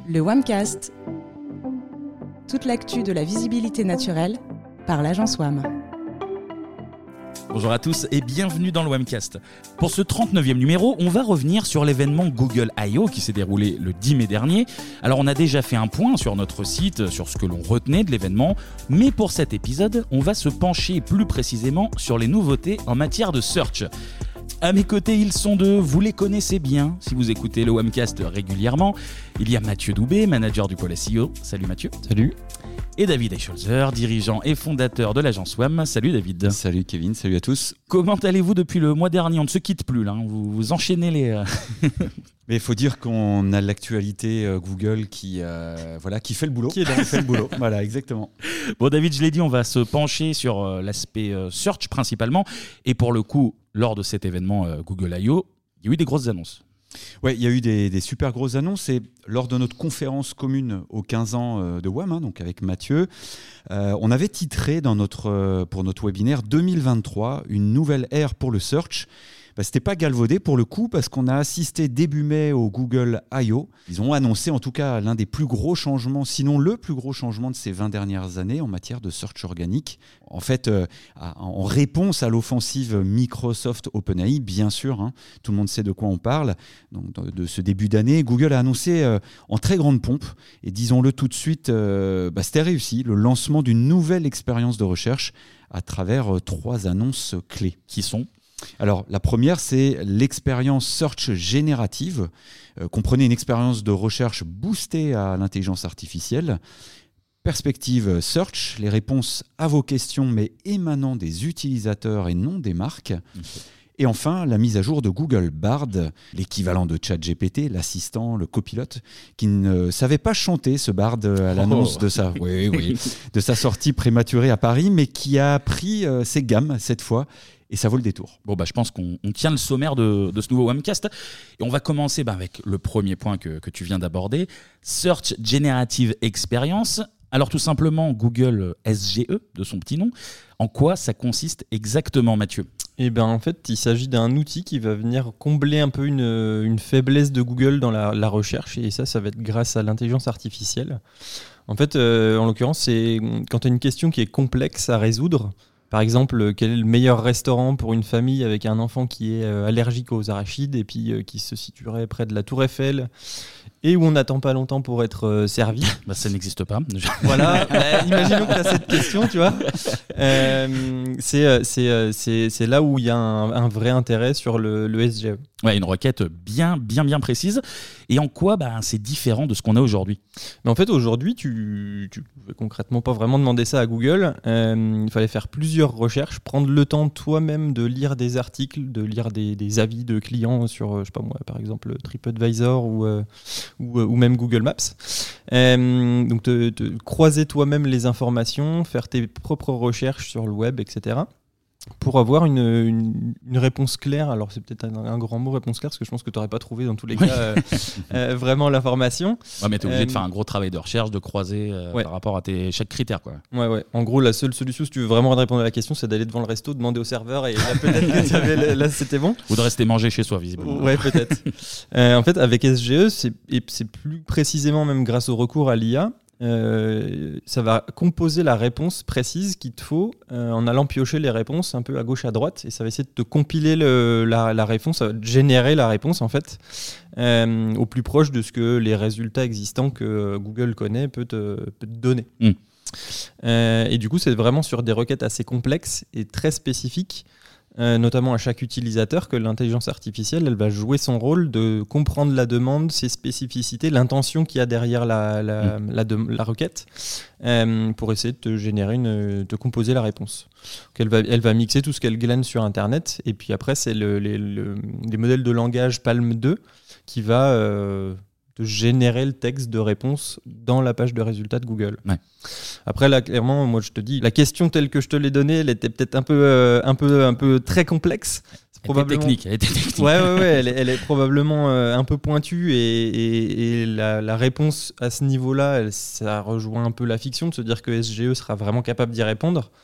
Le WAMcast. Toute l'actu de la visibilité naturelle par l'agence WAM. Bonjour à tous et bienvenue dans le WAMcast. Pour ce 39e numéro, on va revenir sur l'événement Google I.O. qui s'est déroulé le 10 mai dernier. Alors on a déjà fait un point sur notre site, sur ce que l'on retenait de l'événement, mais pour cet épisode, on va se pencher plus précisément sur les nouveautés en matière de search. À mes côtés, ils sont deux, vous les connaissez bien si vous écoutez le WAMcast régulièrement. Il y a Mathieu Doubé, manager du pôle SEO. Salut Mathieu. Salut. Et David Eicholzer, dirigeant et fondateur de l'agence WAM. Salut David. Salut Kevin, salut à tous. Comment allez-vous depuis le mois dernier ? On ne se quitte plus là, vous enchaînez les... Mais il faut dire qu'on a l'actualité Google qui fait le boulot. Qui fait le boulot. Voilà, exactement. Bon David, je l'ai dit, on va se pencher sur l'aspect search principalement. Et pour le coup, lors de cet événement Google I.O., il y a eu des grosses annonces. Ouais, il y a eu des super grosses annonces et lors de notre conférence commune aux 15 ans de WAM, donc avec Mathieu, on avait titré pour notre webinaire 2023 une nouvelle ère pour le search. C'était pas galvaudé pour le coup parce qu'on a assisté début mai au Google I.O. Ils ont annoncé en tout cas l'un des plus gros changements, sinon le plus gros changement de ces 20 dernières années en matière de search organique. En fait, en réponse à l'offensive Microsoft OpenAI, bien sûr, tout le monde sait de quoi on parle. Donc, de ce début d'année, Google a annoncé en très grande pompe, et disons-le tout de suite, c'était réussi, le lancement d'une nouvelle expérience de recherche à travers 3 annonces clés. Qui sont ? Alors, la première, c'est l'expérience search générative. Comprenez une expérience de recherche boostée à l'intelligence artificielle. Perspective search, les réponses à vos questions, mais émanant des utilisateurs et non des marques. Et enfin, la mise à jour de Google Bard, l'équivalent de ChatGPT, l'assistant, le copilote, qui ne savait pas chanter ce Bard à l'annonce de sa sortie prématurée à Paris, mais qui a pris ses gammes cette fois. Et ça vaut le détour. Bon, je pense qu'on tient le sommaire de ce nouveau WAMcast. Et on va commencer avec le premier point que tu viens d'aborder, Search Generative Experience. Alors tout simplement, Google SGE, de son petit nom. En quoi ça consiste exactement, Mathieu ? En fait, il s'agit d'un outil qui va venir combler un peu une faiblesse de Google dans la recherche. Et ça va être grâce à l'intelligence artificielle. En fait, en l'occurrence, c'est quand tu as une question qui est complexe à résoudre. Par exemple, quel est le meilleur restaurant pour une famille avec un enfant qui est allergique aux arachides et puis qui se situerait près de la Tour Eiffel et où on n'attend pas longtemps pour être servi. Ça n'existe pas. Voilà, imaginons que tu as cette question, tu vois. C'est là où il y a un vrai intérêt sur le SGE. Ouais, une requête bien précise. Et en quoi c'est différent de ce qu'on a aujourd'hui ? Mais en fait, aujourd'hui, tu pouvais concrètement pas vraiment demander ça à Google. Il fallait faire plusieurs recherches, prendre le temps toi-même de lire des articles, de lire des avis de clients sur, je sais pas moi, par exemple TripAdvisor ou même Google Maps. Donc, te croiser toi-même les informations, faire tes propres recherches sur le web, etc. pour avoir une réponse claire. Alors c'est peut-être un grand mot, réponse claire, parce que je pense que tu n'aurais pas trouvé dans tous les cas vraiment l'information. Ouais, mais tu es obligé de faire un gros travail de recherche, de croiser par rapport à chaque critère, quoi. Ouais. En gros, la seule solution, si tu veux vraiment répondre à la question, c'est d'aller devant le resto, demander au serveur, et là peut-être que là c'était bon. Ou de rester manger chez soi, visiblement. Ouais, peut-être. En fait, avec SGE, c'est plus précisément même grâce au recours à l'IA, ça va composer la réponse précise qu'il te faut en allant piocher les réponses un peu à gauche à droite, et ça va essayer de te compiler la réponse, ça va générer la réponse en fait au plus proche de ce que les résultats existants que Google connaît peut te donner. Et du coup c'est vraiment sur des requêtes assez complexes et très spécifiques, notamment à chaque utilisateur, que l'intelligence artificielle elle va jouer son rôle de comprendre la demande, ses spécificités, l'intention qu'il y a derrière la requête, pour essayer de te générer de composer la réponse. Donc elle va mixer tout ce qu'elle glane sur Internet, et puis après c'est les modèles de langage Palm 2 qui va de générer le texte de réponse dans la page de résultats de Google. Ouais. Après là, clairement, moi je te dis, la question telle que je te l'ai donnée, elle était peut-être un peu très complexe. Elle était technique. Ouais, elle est probablement un peu pointue, et la réponse à ce niveau-là, ça rejoint un peu la fiction de se dire que SGE sera vraiment capable d'y répondre.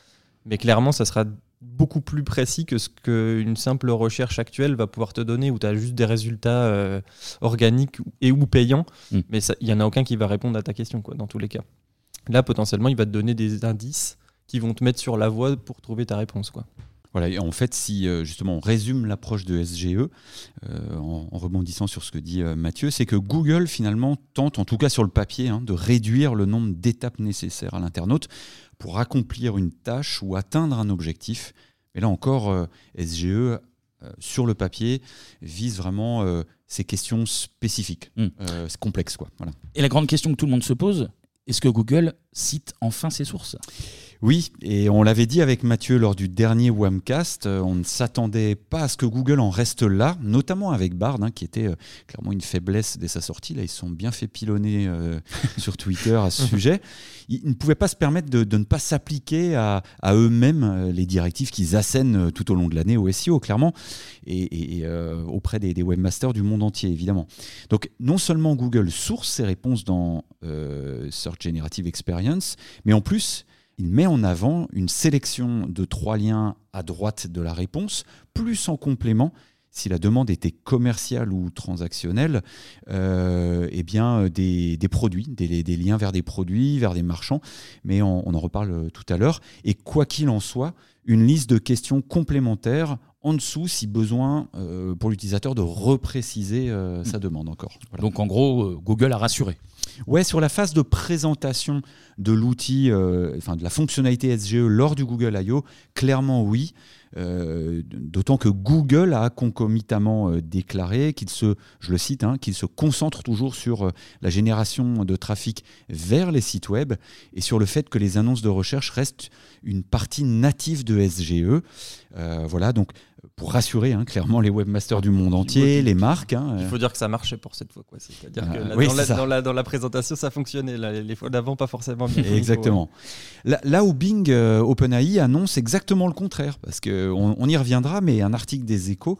Mais clairement, ça sera beaucoup plus précis que ce qu'une simple recherche actuelle va pouvoir te donner, où tu as juste des résultats organiques ou payants, mais il n'y en a aucun qui va répondre à ta question, quoi, dans tous les cas. Là, potentiellement, il va te donner des indices qui vont te mettre sur la voie pour trouver ta réponse, quoi. Voilà, et en fait, si justement on résume l'approche de SGE, en rebondissant sur ce que dit Mathieu, c'est que Google finalement tente, en tout cas sur le papier, de réduire le nombre d'étapes nécessaires à l'internaute pour accomplir une tâche ou atteindre un objectif. Mais là encore, SGE, sur le papier, vise vraiment ces questions spécifiques. C'est complexe, quoi. Voilà. Et la grande question que tout le monde se pose, est-ce que Google cite enfin ses sources ? Oui, et on l'avait dit avec Mathieu lors du dernier WAMcast, on ne s'attendait pas à ce que Google en reste là, notamment avec Bard, qui était clairement une faiblesse dès sa sortie. Là, ils se sont bien fait pilonner sur Twitter à ce sujet. Ils ne pouvaient pas se permettre de ne pas s'appliquer à eux-mêmes les directives qu'ils assènent tout au long de l'année au SEO, clairement, et auprès des webmasters du monde entier, évidemment. Donc, non seulement Google source ses réponses dans Search Generative Experience, mais en plus, il met en avant une sélection de 3 liens à droite de la réponse, plus en complément, si la demande était commerciale ou transactionnelle, des produits, des liens vers des produits, vers des marchands, mais on en reparle tout à l'heure. Et quoi qu'il en soit, une liste de questions complémentaires en dessous, si besoin, pour l'utilisateur de repréciser sa demande encore. Voilà. Donc en gros, Google a rassuré. Ouais, sur la phase de présentation de l'outil, de la fonctionnalité SGE lors du Google I.O., clairement oui. D'autant que Google a concomitamment déclaré qu'il je le cite, qu'il se concentre toujours sur la génération de trafic vers les sites web et sur le fait que les annonces de recherche restent une partie native de SGE. Voilà, donc pour rassurer clairement les webmasters du monde entier, les marques. Il faut dire que ça marchait pour cette fois, quoi. C'est-à-dire que dans la présentation, ça fonctionnait. Les fois d'avant, pas forcément bien. Exactement. Là où Bing OpenAI annonce exactement le contraire, parce qu'on y reviendra, mais un article des Échos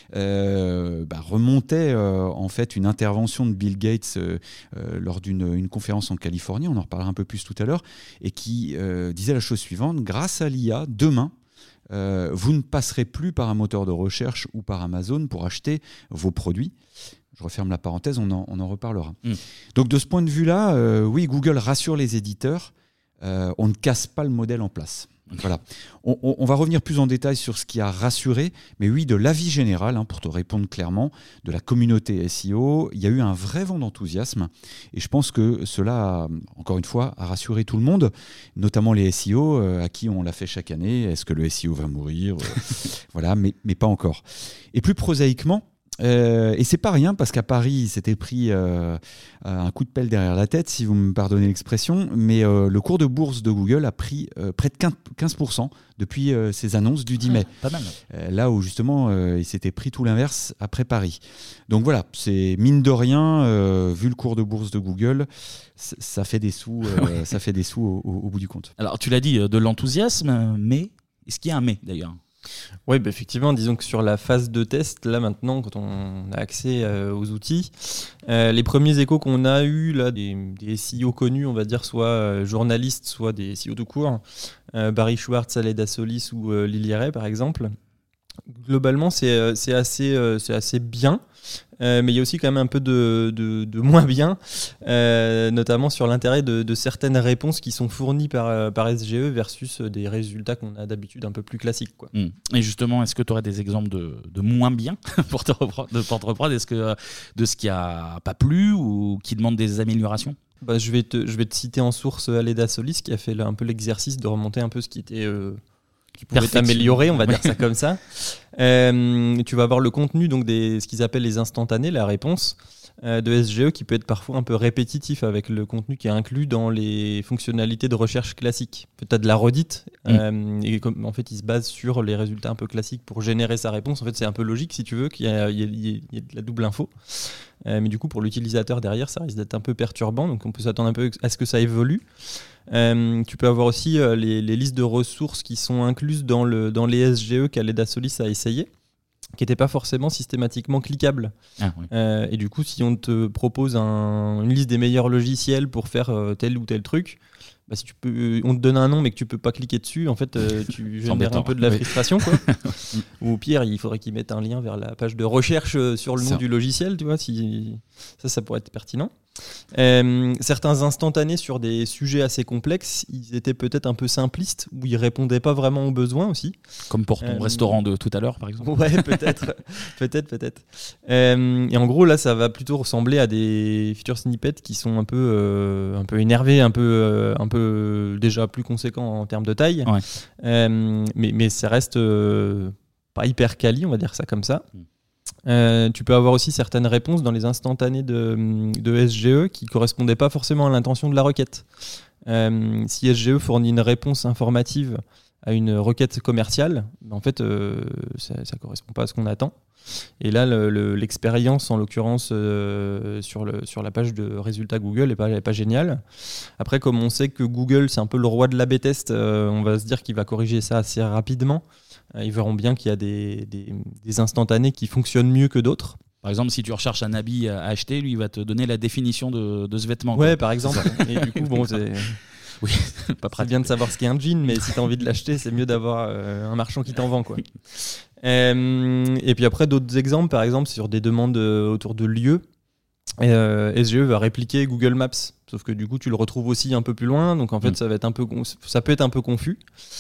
remontait en fait une intervention de Bill Gates lors d'une conférence en Californie, on en reparlera un peu plus tout à l'heure, et qui disait la chose suivante: grâce à l'IA, demain, vous ne passerez plus par un moteur de recherche ou par Amazon pour acheter vos produits. Je referme la parenthèse, on en reparlera. Donc de ce point de vue-là, oui, Google rassure les éditeurs, on ne casse pas le modèle en place. Voilà. On va revenir plus en détail sur ce qui a rassuré, mais oui, de l'avis général, pour te répondre clairement, de la communauté SEO, il y a eu un vrai vent d'enthousiasme, et je pense que cela, encore une fois, a rassuré tout le monde, notamment les SEO, à qui on l'a fait chaque année. Est-ce que le SEO va mourir ? Voilà, mais pas encore. Et plus prosaïquement, et c'est pas rien, parce qu'à Paris, il s'était pris un coup de pelle derrière la tête, si vous me pardonnez l'expression, mais le cours de bourse de Google a pris près de 15% depuis ses annonces du 10 mai. Pas mal. Là où justement, il s'était pris tout l'inverse après Paris. Donc voilà, c'est mine de rien, vu le cours de bourse de Google, ça fait des sous, ça fait des sous au bout du compte. Alors tu l'as dit, de l'enthousiasme, mais est-ce qu'il y a un mais d'ailleurs ? Oui, effectivement, disons que sur la phase de test, là maintenant, quand on a accès aux outils, les premiers échos qu'on a eus, là, des SEO connus, on va dire, soit journalistes, soit des SEO tout court, Barry Schwartz, Aleda Solis ou Lily Ray, par exemple, globalement, c'est assez bien. Mais il y a aussi quand même un peu de moins bien, notamment sur l'intérêt de certaines réponses qui sont fournies par SGE versus des résultats qu'on a d'habitude un peu plus classiques, quoi. Et justement, est-ce que tu aurais des exemples de moins bien pour te reprendre, est-ce que de ce qui n'a pas plu ou qui demande des améliorations ? Je vais te citer en source Aleda Solis, qui a fait un peu l'exercice de remonter un peu ce qui était... qui pouvait t'améliorer, on va dire ça comme ça. Tu vas avoir le contenu, donc ce qu'ils appellent les instantanés, la réponse de SGE, qui peut être parfois un peu répétitif avec le contenu qui est inclus dans les fonctionnalités de recherche classiques. Tu as de la redite, et en fait, il se base sur les résultats un peu classiques pour générer sa réponse. En fait, c'est un peu logique, si tu veux, qu'il y ait de la double info. Mais du coup, pour l'utilisateur derrière, ça risque d'être un peu perturbant. Donc, on peut s'attendre un peu à ce que ça évolue. Tu peux avoir aussi les listes de ressources qui sont incluses dans les SGE qu'Aleda Solis a essayé, qui n'étaient pas forcément systématiquement cliquables. Et du coup, si on te propose une liste des meilleurs logiciels pour faire tel ou tel truc, si on te donne un nom mais que tu peux pas cliquer dessus, en fait, tu génères un peu de la frustration, quoi. Ou au pire, il faudrait qu'ils mettent un lien vers la page de recherche sur le nom du logiciel, tu vois. Ça pourrait être pertinent. Certains instantanés sur des sujets assez complexes, ils étaient peut-être un peu simplistes, où ils répondaient pas vraiment aux besoins aussi. Comme pour ton restaurant de tout à l'heure, par exemple. Ouais, peut-être. peut-être. Et en gros, là, ça va plutôt ressembler à des feature snippets qui sont un peu énervés, un peu déjà plus conséquents en termes de taille. Ouais. Mais ça reste pas hyper quali, on va dire ça comme ça. Tu peux avoir aussi certaines réponses dans les instantanés de SGE qui ne correspondaient pas forcément à l'intention de la requête. Si SGE fournit une réponse informative à une requête commerciale, en fait, ça ne correspond pas à ce qu'on attend. Et là, l'expérience, en l'occurrence, sur la page de résultats Google n'est pas géniale. Après, comme on sait que Google, c'est un peu le roi de l'A/B test, on va se dire qu'il va corriger ça assez rapidement. Ils verront bien qu'il y a des instantanés qui fonctionnent mieux que d'autres. Par exemple, si tu recherches un habit à acheter, lui, il va te donner la définition de ce vêtement. Ouais, par exemple. Et du coup, bon, c'est... Oui, pas bien de savoir ce qu'est un jean, mais si tu as envie de l'acheter, c'est mieux d'avoir un marchand qui t'en vend, quoi. Et puis après, d'autres exemples, par exemple, sur des demandes autour de lieux. SGE va répliquer Google Maps, sauf que du coup tu le retrouves aussi un peu plus loin, donc en fait ça peut être un peu confus.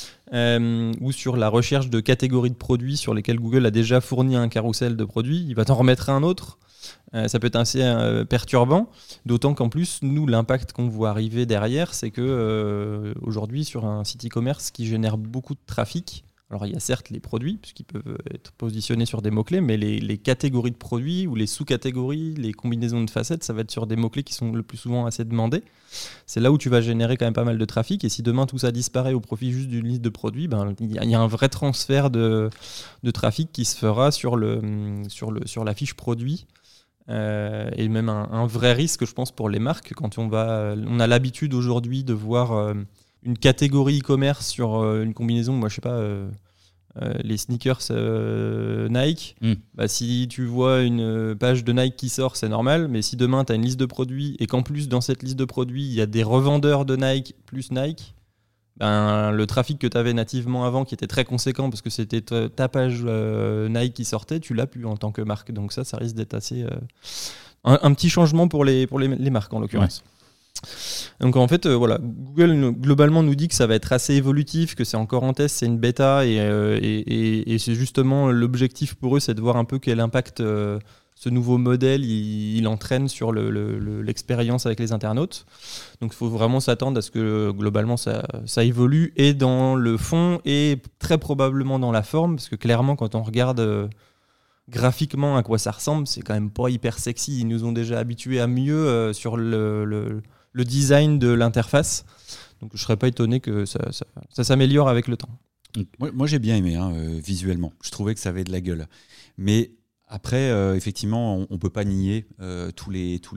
Ou sur la recherche de catégories de produits sur lesquels Google a déjà fourni un carrousel de produits, il va t'en remettre un autre. Ça peut être assez perturbant, d'autant qu'en plus nous l'impact qu'on voit arriver derrière, c'est que aujourd'hui sur un site e-commerce qui génère beaucoup de trafic, alors il y a certes les produits, puisqu'ils peuvent être positionnés sur des mots-clés, mais les catégories de produits ou les sous-catégories, les combinaisons de facettes, ça va être sur des mots-clés qui sont le plus souvent assez demandés. C'est là où tu vas générer quand même pas mal de trafic, et si demain tout ça disparaît au profit juste d'une liste de produits, il y a un vrai transfert de trafic qui se fera sur la fiche produit. Et même un vrai risque, je pense, pour les marques, quand on a l'habitude aujourd'hui de voir... une catégorie e-commerce sur une combinaison, moi je sais pas, les sneakers Nike, si tu vois une page de Nike qui sort, c'est normal, mais si demain tu as une liste de produits et qu'en plus dans cette liste de produits il y a des revendeurs de Nike plus Nike, le trafic que tu avais nativement avant qui était très conséquent parce que c'était ta page Nike qui sortait, tu l'as plus en tant que marque, donc ça risque d'être assez un petit changement pour les marques en l'occurrence. Ouais. Donc en fait, Google globalement nous dit que ça va être assez évolutif, que c'est encore en test, c'est une bêta et c'est justement l'objectif pour eux, c'est de voir un peu quel impact ce nouveau modèle il entraîne sur l'expérience avec les internautes. Donc il faut vraiment s'attendre à ce que globalement ça évolue et dans le fond et très probablement dans la forme, parce que clairement quand on regarde graphiquement à quoi ça ressemble, c'est quand même pas hyper sexy. Ils nous ont déjà habitués à mieux sur le design de l'interface. Donc je ne serais pas étonné que ça s'améliore avec le temps. Moi j'ai bien aimé visuellement. Je trouvais que ça avait de la gueule. Mais après, effectivement, on ne peut pas nier tous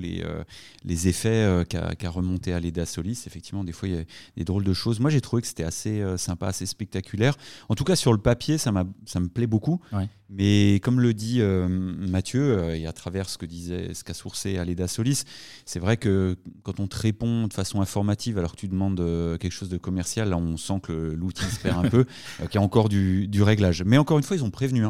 les effets qu'a remonté Aleda Solis. Effectivement, des fois, il y a des drôles de choses. Moi, j'ai trouvé que c'était assez sympa, assez spectaculaire. En tout cas, sur le papier, ça me plaît beaucoup. Ouais. Mais comme le dit Mathieu, et à travers ce qu'a sourcé Aleda Solis, c'est vrai que quand on te répond de façon informative alors que tu demandes quelque chose de commercial, là, on sent que l'outil se perd un peu, qu'il y a encore du réglage. Mais encore une fois, ils ont prévenu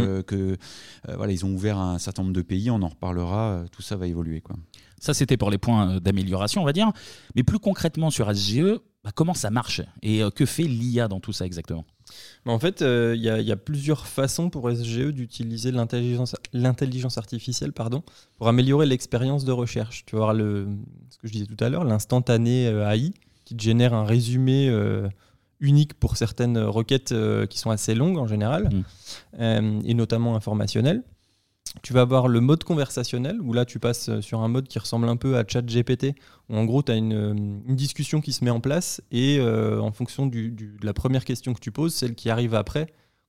ils ont ouvert un certain nombre de pays, on en reparlera, tout ça va évoluer, quoi. Ça, c'était pour les points d'amélioration, on va dire. Mais plus concrètement sur SGE, comment ça marche et que fait l'IA dans tout ça exactement ? En fait, il y a plusieurs façons pour SGE d'utiliser l'intelligence artificielle pour améliorer l'expérience de recherche. Tu vas avoir ce que je disais tout à l'heure, l'instantané AI qui te génère un résumé unique pour certaines requêtes qui sont assez longues en général, et notamment informationnelles. Tu vas avoir le mode conversationnel, où là tu passes sur un mode qui ressemble un peu à ChatGPT, où en gros tu as une discussion qui se met en place, et en fonction de la première question que tu poses, celle qui arrive après,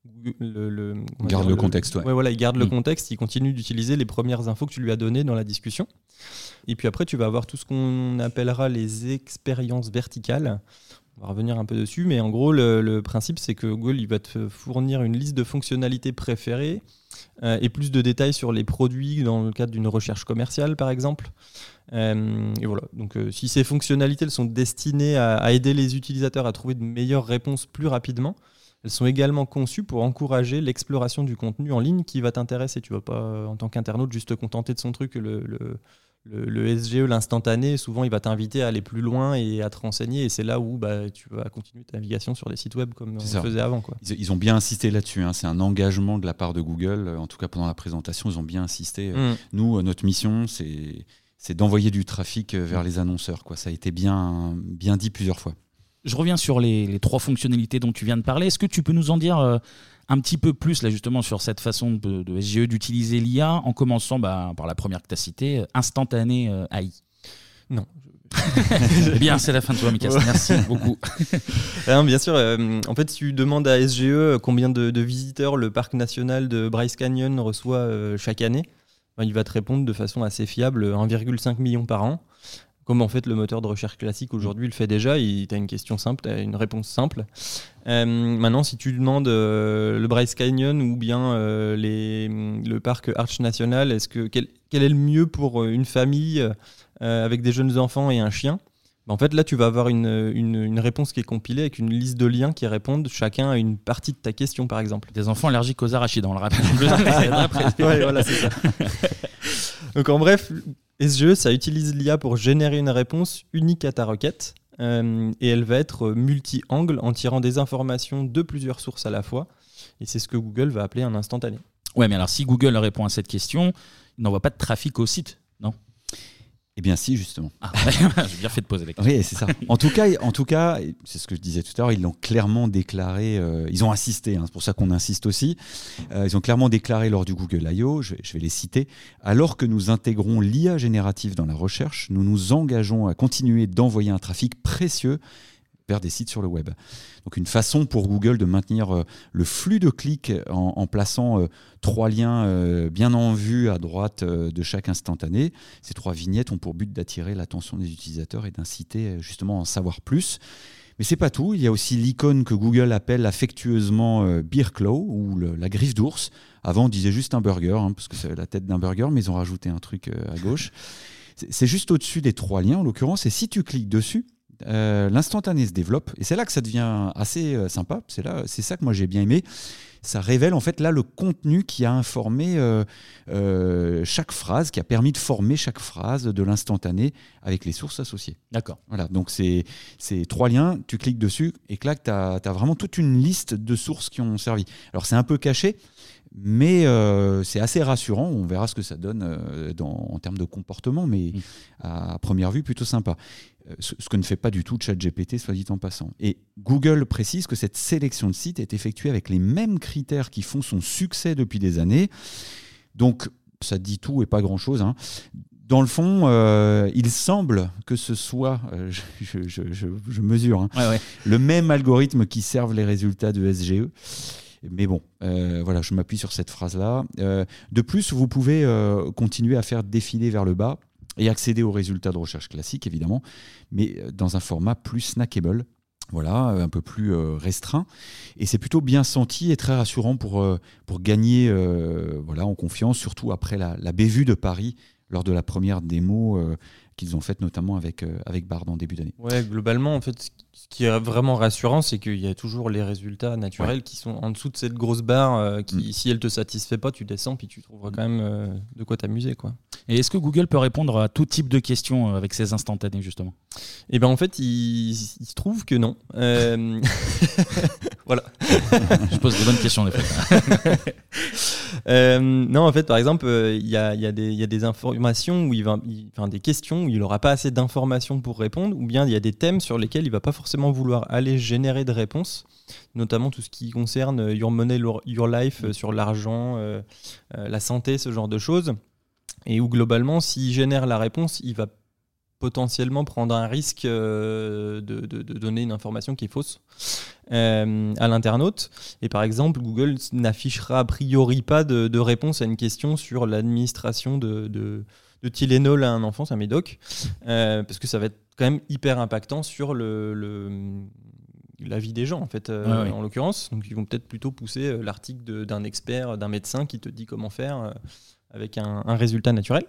garde le contexte. Ouais, voilà, il garde le contexte, il continue d'utiliser les premières infos que tu lui as données dans la discussion. Et puis après, tu vas avoir tout ce qu'on appellera les expériences verticales. On va revenir un peu dessus, mais en gros, le principe, c'est que Google il va te fournir une liste de fonctionnalités préférées et plus de détails sur les produits dans le cadre d'une recherche commerciale, par exemple. Et voilà. Donc, si ces fonctionnalités elles sont destinées à aider les utilisateurs à trouver de meilleures réponses plus rapidement, elles sont également conçues pour encourager l'exploration du contenu en ligne qui va t'intéresser. Tu ne vas pas, en tant qu'internaute, juste te contenter de son truc. Le SGE, l'instantané, souvent, il va t'inviter à aller plus loin et à te renseigner. Et c'est là où tu vas continuer ta navigation sur des sites web comme on faisait avant, quoi. Ils ont bien insisté là-dessus. C'est un engagement de la part de Google. En tout cas, pendant la présentation, ils ont bien insisté. Nous, notre mission, c'est d'envoyer du trafic vers les annonceurs, quoi. Ça a été bien dit plusieurs fois. Je reviens sur les 3 fonctionnalités dont tu viens de parler. Est-ce que tu peux nous en dire un petit peu plus là, justement, sur cette façon de SGE d'utiliser l'IA, en commençant par la première que tu as citée, instantané AI? Non. Eh bien, c'est la fin de ce Webcast. Merci beaucoup. Alors, bien sûr, en fait, si tu demandes à SGE combien de visiteurs le parc national de Bryce Canyon reçoit chaque année, il va te répondre de façon assez fiable 1,5 million par an. Comme en fait le moteur de recherche classique aujourd'hui le fait déjà, tu as une question simple, tu as une réponse simple. Maintenant, si tu demandes le Bryce Canyon ou bien le parc Arch National, quel est le mieux pour une famille avec des jeunes enfants et un chien? En fait, là, tu vas avoir une réponse qui est compilée avec une liste de liens qui répondent chacun à une partie de ta question, par exemple. Des enfants allergiques aux arachides, on le rappelle. Ouais, voilà, c'est ça. Donc, en bref, SGE, ça utilise l'IA pour générer une réponse unique à ta requête et elle va être multi-angle en tirant des informations de plusieurs sources à la fois. Et c'est ce que Google va appeler un instantané. Ouais, mais alors si Google répond à cette question, il n'envoie pas de trafic au site, non? Eh bien si, justement. J'ai bien fait de poser la question. Oui, c'est ça. En tout cas, c'est ce que je disais tout à l'heure, ils l'ont clairement déclaré, ils ont insisté, c'est pour ça qu'on insiste aussi, ils ont clairement déclaré lors du Google I.O., je vais les citer, alors que nous intégrons l'IA générative dans la recherche, nous nous engageons à continuer d'envoyer un trafic précieux vers des sites sur le web. Donc une façon pour Google de maintenir le flux de clics en plaçant 3 liens bien en vue à droite de chaque instantané. Ces 3 vignettes ont pour but d'attirer l'attention des utilisateurs et d'inciter justement à en savoir plus. Mais c'est pas tout, il y a aussi l'icône que Google appelle affectueusement Bear Claw ou la griffe d'ours. Avant on disait juste un burger, parce que c'est la tête d'un burger, mais ils ont rajouté un truc à gauche. C'est juste au-dessus des 3 liens en l'occurrence, et si tu cliques dessus, l'instantané se développe et c'est là que ça devient assez sympa. C'est ça que moi j'ai bien aimé. Ça révèle en fait là le contenu qui a informé chaque phrase, qui a permis de former chaque phrase de l'instantané avec les sources associées. D'accord. Voilà, donc c'est 3 liens, tu cliques dessus et que là tu as vraiment toute une liste de sources qui ont servi. Alors c'est un peu caché, mais c'est assez rassurant. On verra ce que ça donne en termes de comportement, mais à première vue plutôt sympa. Ce que ne fait pas du tout ChatGPT, soit dit en passant. Et Google précise que cette sélection de sites est effectuée avec les mêmes critères qui font son succès depuis des années. Donc, ça dit tout et pas grand-chose. Dans le fond, il semble que ce soit, je mesure, le même algorithme qui serve les résultats de SGE. Mais bon, voilà, je m'appuie sur cette phrase-là. De plus, vous pouvez continuer à faire défiler vers le bas et accéder aux résultats de recherche classiques, évidemment, mais dans un format plus snackable, voilà, un peu plus restreint. Et c'est plutôt bien senti et très rassurant pour gagner en confiance, surtout après la bévue de Paris lors de la première démo qu'ils ont faite notamment avec Bard en début d'année. Ouais, globalement, en fait, ce qui est vraiment rassurant, c'est qu'il y a toujours les résultats naturels qui sont en dessous de cette grosse barre qui, si elle te satisfait pas, tu descends puis tu trouveras quand même de quoi t'amuser, quoi. Et est-ce que Google peut répondre à tout type de questions avec ses instantanés, justement? Eh ben en fait, il se trouve que non. Voilà. Je pose des bonnes questions, des fois. Non, en fait, par exemple, il y a des informations des questions où il n'aura pas assez d'informations pour répondre, ou bien il y a des thèmes sur lesquels il ne va pas forcément vouloir aller générer de réponses, notamment tout ce qui concerne Your Money, Your Life, sur l'argent, la santé, ce genre de choses. Et où globalement, s'il génère la réponse, il va potentiellement prendre un risque de donner une information qui est fausse à l'internaute. Et par exemple, Google n'affichera a priori pas de réponse à une question sur l'administration de Tylenol à un enfant, c'est un médoc, parce que ça va être quand même hyper impactant sur la vie des gens en fait, en l'occurrence. Donc ils vont peut-être plutôt pousser l'article d'un expert, d'un médecin qui te dit comment faire avec un résultat naturel.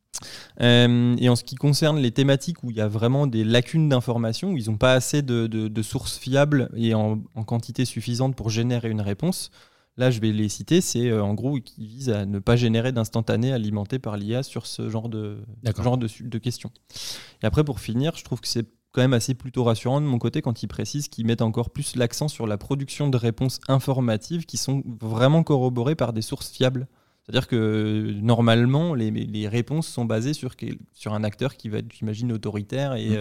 Et en ce qui concerne les thématiques où il y a vraiment des lacunes d'information, où ils n'ont pas assez de sources fiables et en quantité suffisante pour générer une réponse, là je vais les citer, c'est en gros qui vise à ne pas générer d'instantané alimenté par l'IA sur ce genre de questions. Et après pour finir, je trouve que c'est quand même assez plutôt rassurant de mon côté quand ils précisent qu'ils mettent encore plus l'accent sur la production de réponses informatives qui sont vraiment corroborées par des sources fiables. C'est-à-dire que normalement, les réponses sont basées sur un acteur qui va être, j'imagine, autoritaire et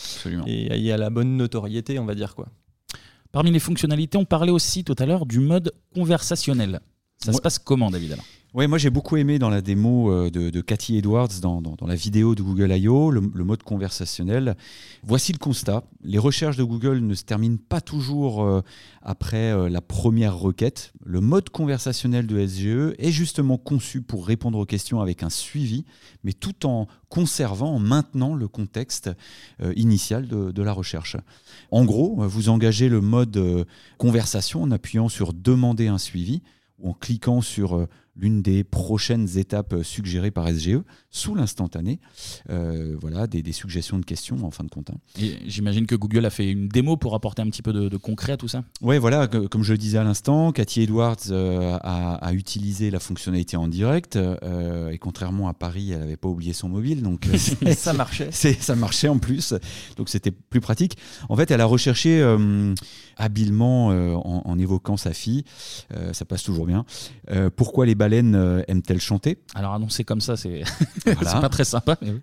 à la bonne notoriété, on va dire, quoi. Parmi les fonctionnalités, on parlait aussi tout à l'heure du mode conversationnel. Ça se passe comment, David, alors ? Oui, moi j'ai beaucoup aimé dans la démo de Cathy Edwards, dans la vidéo de Google I.O., le mode conversationnel. Voici le constat. Les recherches de Google ne se terminent pas toujours après la première requête. Le mode conversationnel de SGE est justement conçu pour répondre aux questions avec un suivi, mais tout en conservant, en maintenant le contexte initial de la recherche. En gros, vous engagez le mode conversation en appuyant sur « Demander un suivi » ou en cliquant sur l'une des prochaines étapes suggérées par SGE sous l'instantané. Des suggestions de questions en fin de compte. Et j'imagine que Google a fait une démo pour apporter un petit peu de concret à tout ça. Oui, voilà, comme je le disais à l'instant, Cathy Edwards a utilisé la fonctionnalité en direct et contrairement à Paris, elle n'avait pas oublié son mobile. Donc ça marchait. Ça marchait en plus, donc c'était plus pratique. En fait, elle a recherché habilement en évoquant sa fille, ça passe toujours bien, pourquoi les baleines aiment-elles chanter ? Alors annoncé comme ça, c'est c'est pas très sympa. Mais oui.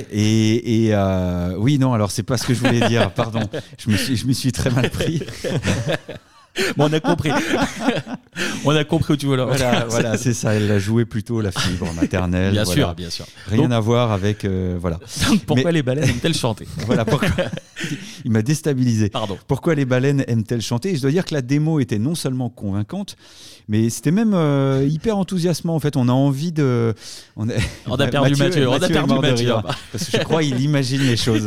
Ouais, oui, non, alors c'est pas ce que je voulais dire, pardon. Je me suis très mal pris. Bon, on a compris. On a compris où tu veux là. Voilà, c'est ça. Elle a joué plutôt la fibre maternelle. Bien sûr. Rien à voir avec voilà. Donc, pourquoi les baleines aiment-elles chanter ? Voilà pourquoi. Il m'a déstabilisé. Pardon. Pourquoi les baleines aiment-elles chanter ? Et je dois dire que la démo était non seulement convaincante, mais c'était même hyper enthousiasmant. En fait, on a envie de. On a perdu Mathieu. Parce que je crois qu'il imagine les choses.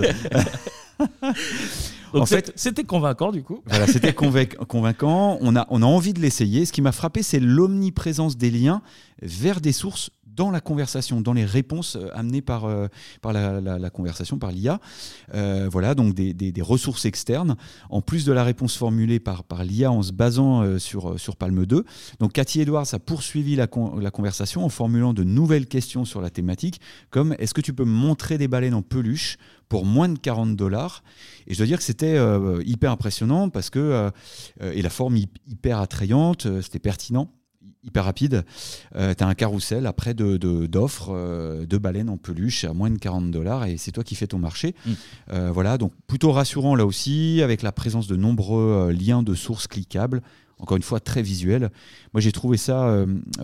Donc en fait, c'était convaincant du coup. Voilà, c'était convaincant. On a envie de l'essayer. Ce qui m'a frappé, c'est l'omniprésence des liens vers des sources dans la conversation, dans les réponses amenées par la conversation, par l'IA. Voilà, donc des ressources externes, en plus de la réponse formulée par l'IA en se basant sur Palm 2. Donc Cathy Edwards a poursuivi la conversation en formulant de nouvelles questions sur la thématique, comme « Est-ce que tu peux me montrer des baleines en peluche pour moins de $40 ?» Et je dois dire que c'était hyper impressionnant parce que, et la forme hyper attrayante, c'était pertinent. Hyper rapide, tu as un carrousel après d'offres de baleines en peluche à moins de $40 et c'est toi qui fais ton marché. Voilà, donc plutôt rassurant là aussi, avec la présence de nombreux liens de sources cliquables. Encore une fois, très visuel. Moi, j'ai trouvé ça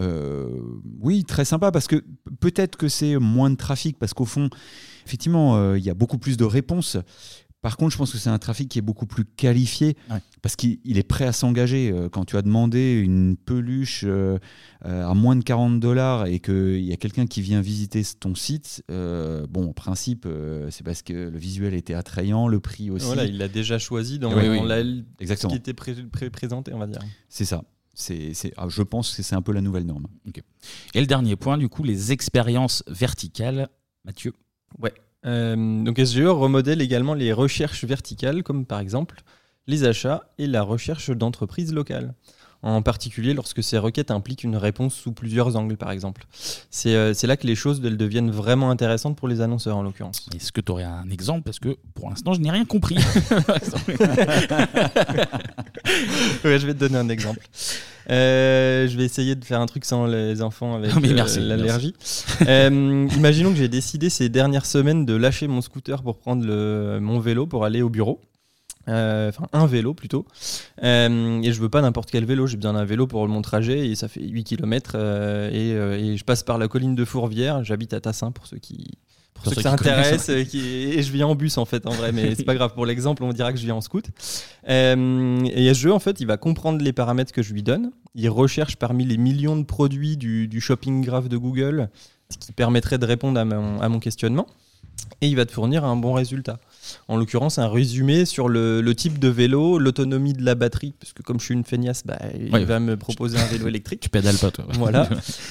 très sympa parce que peut-être que c'est moins de trafic parce qu'au fond, effectivement, il y a beaucoup plus de réponses. Par contre, je pense que c'est un trafic qui est beaucoup plus qualifié parce qu'il est prêt à s'engager. Quand tu as demandé une peluche à moins de $40 et qu'il y a quelqu'un qui vient visiter ton site, en principe, c'est parce que le visuel était attrayant, le prix aussi. Voilà, il l'a déjà choisi dans ce qui était présenté, on va dire. C'est ça. Je pense que c'est un peu la nouvelle norme. Okay. Et le dernier point, du coup, les expériences verticales. Mathieu. Ouais. Donc SGE remodèle également les recherches verticales, comme par exemple les achats et la recherche d'entreprises locales. En particulier lorsque ces requêtes impliquent une réponse sous plusieurs angles, par exemple. C'est là que les choses deviennent vraiment intéressantes pour les annonceurs, en l'occurrence. Est-ce que tu aurais un exemple ? Parce que pour l'instant, je n'ai rien compris. Ouais, je vais te donner un exemple. Je vais essayer de faire un truc sans les enfants avec l'allergie. Imaginons que j'ai décidé ces dernières semaines de lâcher mon scooter pour prendre mon vélo pour aller au bureau. Un vélo plutôt. Et je veux pas n'importe quel vélo, j'ai besoin d'un vélo pour mon trajet et ça fait 8 km et je passe par la colline de Fourvière, j'habite à Tassin pour ceux qui ça intéresse, et je viens en bus en fait en vrai, mais c'est pas grave, pour l'exemple on dira que je viens en scoot. Et SGE en fait il va comprendre les paramètres que je lui donne, il recherche parmi les millions de produits du shopping graph de Google ce qui permettrait de répondre à mon questionnement. Et il va te fournir un bon résultat. En l'occurrence, un résumé sur le type de vélo, l'autonomie de la batterie, parce que comme je suis une feignasse, il va me proposer un vélo électrique. Tu pédales pas, toi. Voilà.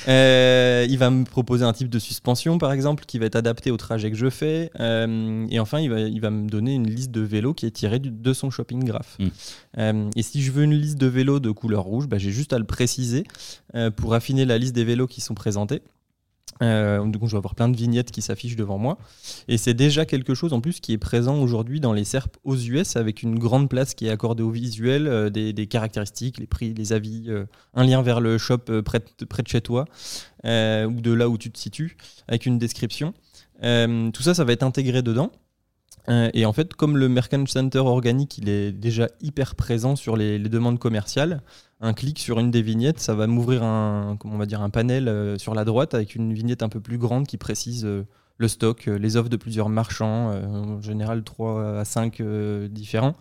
Il va me proposer un type de suspension, par exemple, qui va être adapté au trajet que je fais. Et enfin, il va me donner une liste de vélos qui est tirée de son shopping graph. Et si je veux une liste de vélos de couleur rouge, j'ai juste à le préciser pour affiner la liste des vélos qui sont présentés. Du coup, je vais avoir plein de vignettes qui s'affichent devant moi. Et c'est déjà quelque chose en plus qui est présent aujourd'hui dans les SERP aux US, avec une grande place qui est accordée au visuel, des caractéristiques, les prix, les avis, un lien vers le shop près de chez toi ou de là où tu te situes, avec une description. Tout ça va être intégré dedans. Et en fait, comme le Merchant Center organique, il est déjà hyper présent sur les demandes commerciales, un clic sur une des vignettes, ça va m'ouvrir un panel sur la droite avec une vignette un peu plus grande qui précise le stock, les offres de plusieurs marchands, en général 3 à 5 différents.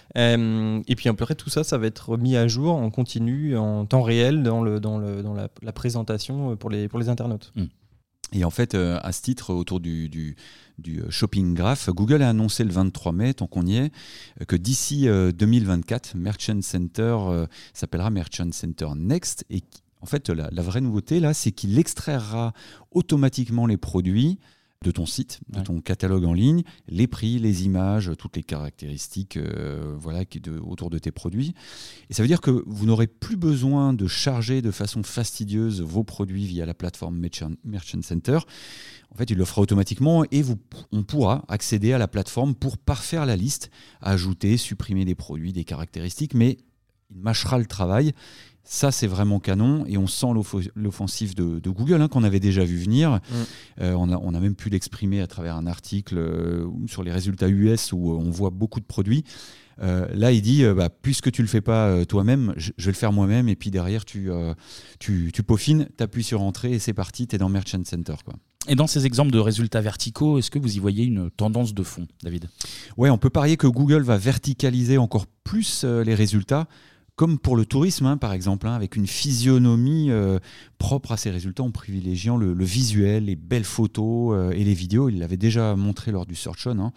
Et puis après tout ça va être mis à jour en continu, en temps réel dans la présentation pour les internautes. Et en fait, à ce titre, autour du shopping graph, Google a annoncé le 23 mai, tant qu'on y est, que d'ici 2024, Merchant Center s'appellera Merchant Center Next. Et en fait, la vraie nouveauté, là, c'est qu'il extraira automatiquement les produits de ton site, de ton catalogue en ligne, les prix, les images, toutes les caractéristiques autour de tes produits. Et ça veut dire que vous n'aurez plus besoin de charger de façon fastidieuse vos produits via la plateforme Merchant Center. En fait, il le fera automatiquement et on pourra accéder à la plateforme pour parfaire la liste, ajouter, supprimer des produits, des caractéristiques, mais il mâchera le travail. Ça, c'est vraiment canon et on sent l'offensive de Google qu'on avait déjà vu venir. On a même pu l'exprimer à travers un article sur les résultats US où on voit beaucoup de produits. Là, il dit, puisque tu ne le fais pas toi-même, je vais le faire moi-même. Et puis derrière, tu peaufines, tu appuies sur Entrée et c'est parti, tu es dans Merchant Center, quoi. Et dans ces exemples de résultats verticaux, est-ce que vous y voyez une tendance de fond, David ? Ouais, on peut parier que Google va verticaliser encore plus les résultats. Comme pour le tourisme, par exemple, avec une physionomie propre à ces résultats en privilégiant le visuel, les belles photos et les vidéos. Il l'avait déjà montré lors du Search On,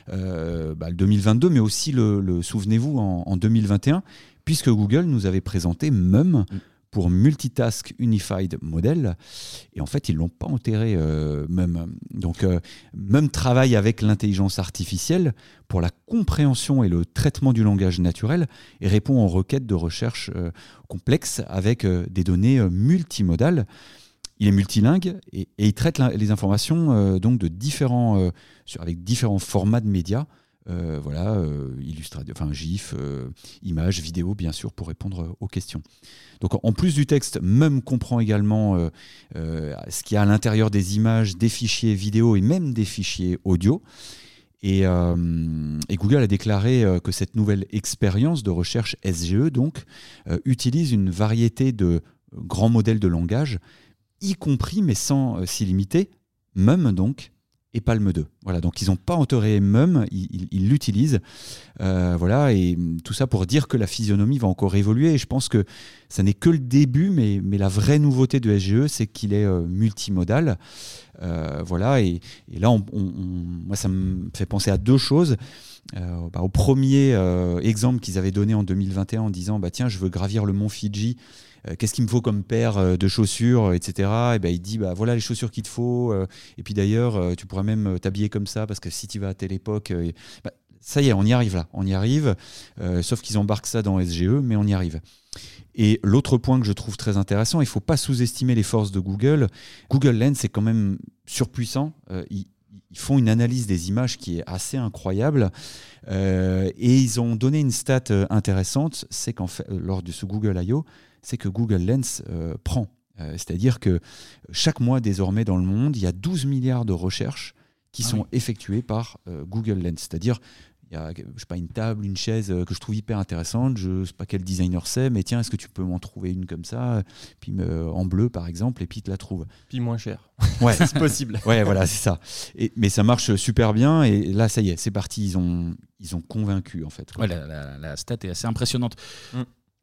le 2022, mais aussi, souvenez-vous, en 2021, puisque Google nous avait présenté Mum pour Multitask Unified Model. Et en fait, ils ne l'ont pas enterré, Mum. Donc, Mum travaille avec l'intelligence artificielle pour la compréhension et le traitement du langage naturel et répond aux requêtes de recherche complexes avec des données multimodales. Il est multilingue et il traite les informations donc avec différents formats de médias. GIF, images, vidéos, bien sûr, pour répondre aux questions. Donc, en plus du texte, Mum comprend également ce qu'il y a à l'intérieur des images, des fichiers vidéo et même des fichiers audio. Et Google a déclaré que cette nouvelle expérience de recherche SGE utilise une variété de grands modèles de langage, y compris, mais sans s'y limiter, Mum donc, et Palm 2. Voilà, donc ils n'ont pas enterré Mum, ils l'utilisent. Et tout ça pour dire que la physionomie va encore évoluer. Et je pense que ça n'est que le début, mais la vraie nouveauté de SGE, c'est qu'il est multimodal. Et là, moi, ça me fait penser à deux choses. Au premier exemple qu'ils avaient donné en 2021 en disant tiens, je veux gravir le mont Fidji. Qu'est-ce qu'il me faut comme paire de chaussures, etc. Et il dit voilà les chaussures qu'il te faut. Et puis d'ailleurs, tu pourras même t'habiller comme ça parce que si tu vas à telle époque, ça y est, on y arrive là. On y arrive. Sauf qu'ils embarquent ça dans SGE, mais on y arrive. Et l'autre point que je trouve très intéressant, il ne faut pas sous-estimer les forces de Google. Google Lens est quand même surpuissant. Ils font une analyse des images qui est assez incroyable. Et ils ont donné une stat intéressante, c'est qu'en fait, lors de ce Google I.O., c'est que Google Lens prend. C'est-à-dire que chaque mois, désormais, dans le monde, il y a 12 milliards de recherches qui sont effectuées par Google Lens. C'est-à-dire, il y a une table, une chaise que je trouve hyper intéressante. Je ne sais pas quel designer c'est, mais tiens, est-ce que tu peux m'en trouver une comme ça, puis en bleu, par exemple, et puis il te la trouve. Puis moins cher. Ouais, c'est possible. Ouais, voilà, c'est ça. Mais ça marche super bien. Et là, ça y est, c'est parti. Ils ont convaincu, en fait. Ouais, la stat est assez impressionnante.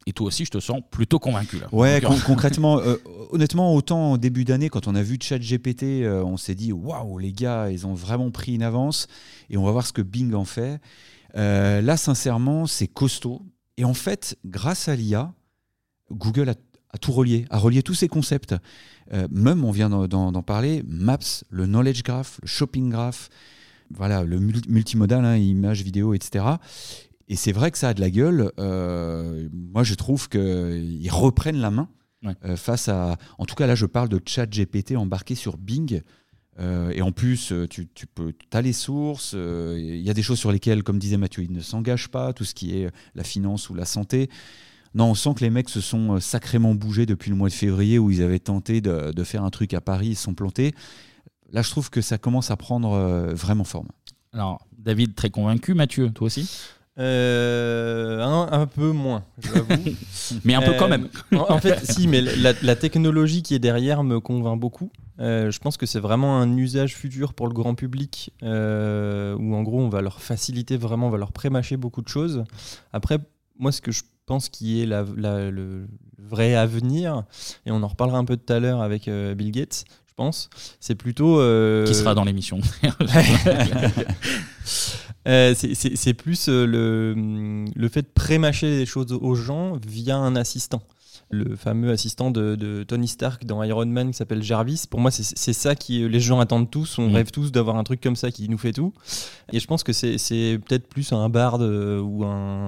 Et toi aussi, je te sens plutôt convaincu. Là. Ouais, concrètement, honnêtement, autant au début d'année, quand on a vu ChatGPT, on s'est dit waouh, les gars, ils ont vraiment pris une avance et on va voir ce que Bing en fait. Là, sincèrement, c'est costaud. Et en fait, grâce à l'IA, Google a tout relié, a relié tous ces concepts. Même, on vient d'en parler, Maps, le Knowledge Graph, le Shopping Graph, voilà, le multimodal, hein, images, vidéos, etc. Et c'est vrai que ça a de la gueule. Moi, je trouve qu'ils reprennent la main face à... En tout cas, là, je parle de ChatGPT embarqué sur Bing. Et en plus, tu as les sources. Il y a des choses sur lesquelles, comme disait Mathieu, ils ne s'engagent pas. Tout ce qui est la finance ou la santé. Non, on sent que les mecs se sont sacrément bougés depuis le mois de février où ils avaient tenté de faire un truc à Paris. Ils se sont plantés. Là, je trouve que ça commence à prendre vraiment forme. Alors, David, très convaincu. Mathieu, toi aussi ? Un peu moins, j'avoue. Mais un peu quand même. En fait, si, mais la technologie qui est derrière me convainc beaucoup. Je pense que c'est vraiment un usage futur pour le grand public où en gros on va leur faciliter vraiment, on va leur prémâcher beaucoup de choses. Après, moi ce que je pense qui est le vrai avenir, et on en reparlera un peu tout à l'heure avec Bill Gates, je pense, c'est plutôt... Qui sera dans l'émission. C'est plus le fait de prémâcher les choses aux gens via un assistant. Le fameux assistant de Tony Stark dans Iron Man qui s'appelle Jarvis. Pour moi, c'est ça que les gens attendent tous. On rêve tous d'avoir un truc comme ça qui nous fait tout. Et je pense que c'est peut-être plus un Bard ou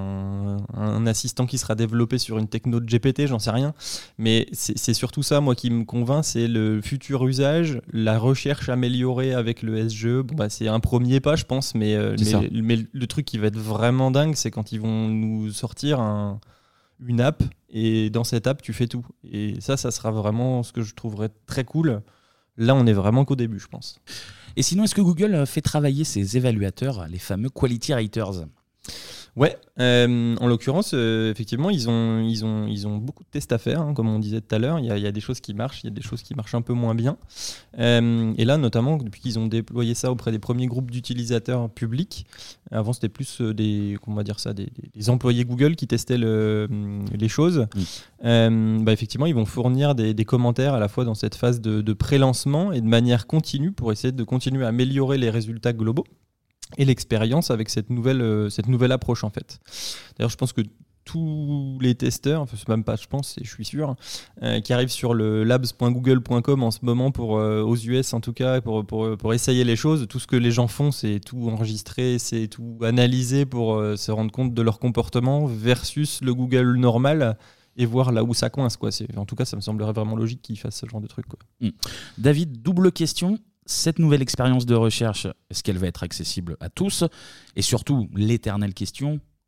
un assistant qui sera développé sur une techno de GPT, j'en sais rien. Mais c'est surtout ça, moi, qui me convainc. C'est le futur usage, la recherche améliorée avec le SGE. Bon, c'est un premier pas, je pense. Mais le truc qui va être vraiment dingue, c'est quand ils vont nous sortir une app, et dans cette app tu fais tout, et ça sera vraiment ce que je trouverais très cool. Là on est vraiment qu'au début, je pense. Et sinon, est-ce que Google fait travailler ses évaluateurs, les fameux quality raters ? Ouais, en l'occurrence, effectivement, ils ont beaucoup de tests à faire, hein, comme on disait tout à l'heure. Il y a des choses qui marchent, il y a des choses qui marchent un peu moins bien. Et là, notamment, depuis qu'ils ont déployé ça auprès des premiers groupes d'utilisateurs publics, avant c'était plus des employés Google qui testaient les choses. Effectivement, ils vont fournir des commentaires à la fois dans cette phase de pré-lancement et de manière continue pour essayer de continuer à améliorer les résultats globaux et l'expérience avec cette nouvelle approche en fait. D'ailleurs, je pense que tous les testeurs, enfin c'est même pas je pense, je suis sûr, qui arrivent sur le labs.google.com en ce moment aux US en tout cas pour essayer les choses, tout ce que les gens font c'est tout enregistrer, c'est tout analyser pour se rendre compte de leur comportement versus le Google normal et voir là où ça coince, quoi. En tout cas ça me semblerait vraiment logique qu'ils fassent ce genre de truc, quoi. David, double question. Cette nouvelle expérience de recherche, est-ce qu'elle va être accessible à tous ? Et surtout, l'éternelle question, quand ?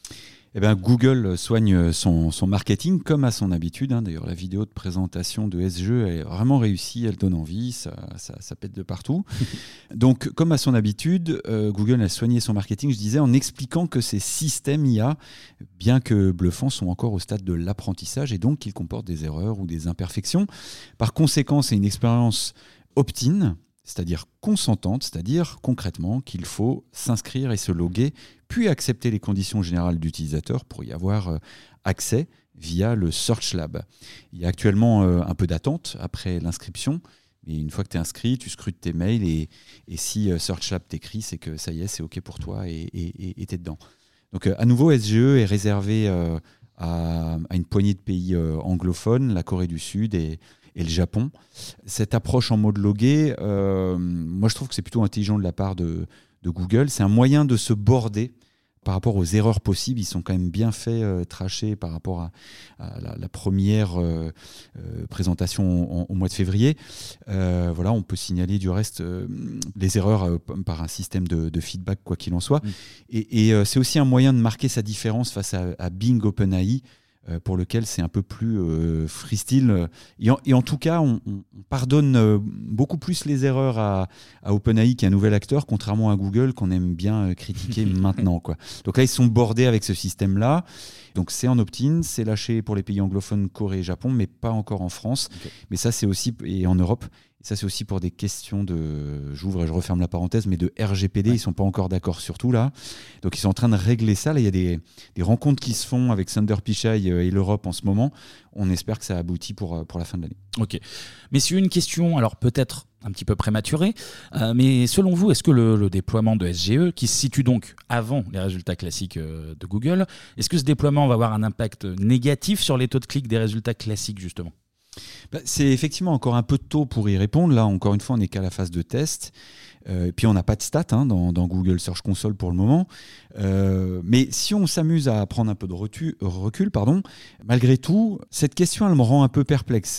Google soigne son marketing comme à son habitude. D'ailleurs, la vidéo de présentation de SGE est vraiment réussie, elle donne envie, ça pète de partout. Donc, comme à son habitude, Google a soigné son marketing, je disais, en expliquant que ces systèmes IA, bien que bluffants, sont encore au stade de l'apprentissage et donc qu'ils comportent des erreurs ou des imperfections. Par conséquent, c'est une expérience opt-in, c'est-à-dire consentante, c'est-à-dire concrètement qu'il faut s'inscrire et se loguer, puis accepter les conditions générales d'utilisateur pour y avoir accès via le Search Lab. Il y a actuellement un peu d'attente après l'inscription, mais une fois que tu es inscrit, tu scrutes tes mails et si Search Lab t'écrit, c'est que ça y est, c'est OK pour toi et tu es dedans. Donc à nouveau, SGE est réservé à une poignée de pays anglophones, la Corée du Sud et le Japon. Cette approche en mode logué, moi je trouve que c'est plutôt intelligent de la part de Google. C'est un moyen de se border par rapport aux erreurs possibles. Ils sont quand même bien fait tracher par rapport à la première présentation au mois de février. Voilà, on peut signaler du reste les erreurs par un système de feedback, quoi qu'il en soit. Et c'est aussi un moyen de marquer sa différence face à Bing OpenAI, pour lequel c'est un peu plus freestyle. Et en tout cas, on pardonne beaucoup plus les erreurs à OpenAI qu'à un nouvel acteur, contrairement à Google qu'on aime bien critiquer maintenant, quoi. Donc là, ils sont bordés avec ce système-là. Donc c'est en opt-in, c'est lâché pour les pays anglophones, Corée et Japon, mais pas encore en France. Okay. Mais ça, c'est aussi, et en Europe, Ça, c'est aussi pour des questions de, j'ouvre et je referme la parenthèse, mais de RGPD, ils ne sont pas encore d'accord sur tout là. Donc, ils sont en train de régler ça. Là, il y a des rencontres qui se font avec Sundar Pichai et l'Europe en ce moment. On espère que ça aboutit pour la fin de l'année. Ok. Messieurs, une question, alors peut-être un petit peu prématurée, mais selon vous, est-ce que le déploiement de SGE, qui se situe donc avant les résultats classiques de Google, est-ce que ce déploiement va avoir un impact négatif sur les taux de clic des résultats classiques, justement ? C'est effectivement encore un peu tôt pour y répondre. Là, encore une fois, on n'est qu'à la phase de test. Puis on n'a pas de stats dans Google Search Console pour le moment. Mais si on s'amuse à prendre un peu de recul, malgré tout, cette question, elle me rend un peu perplexe.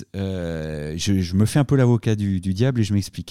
Je me fais un peu l'avocat du diable et je m'explique.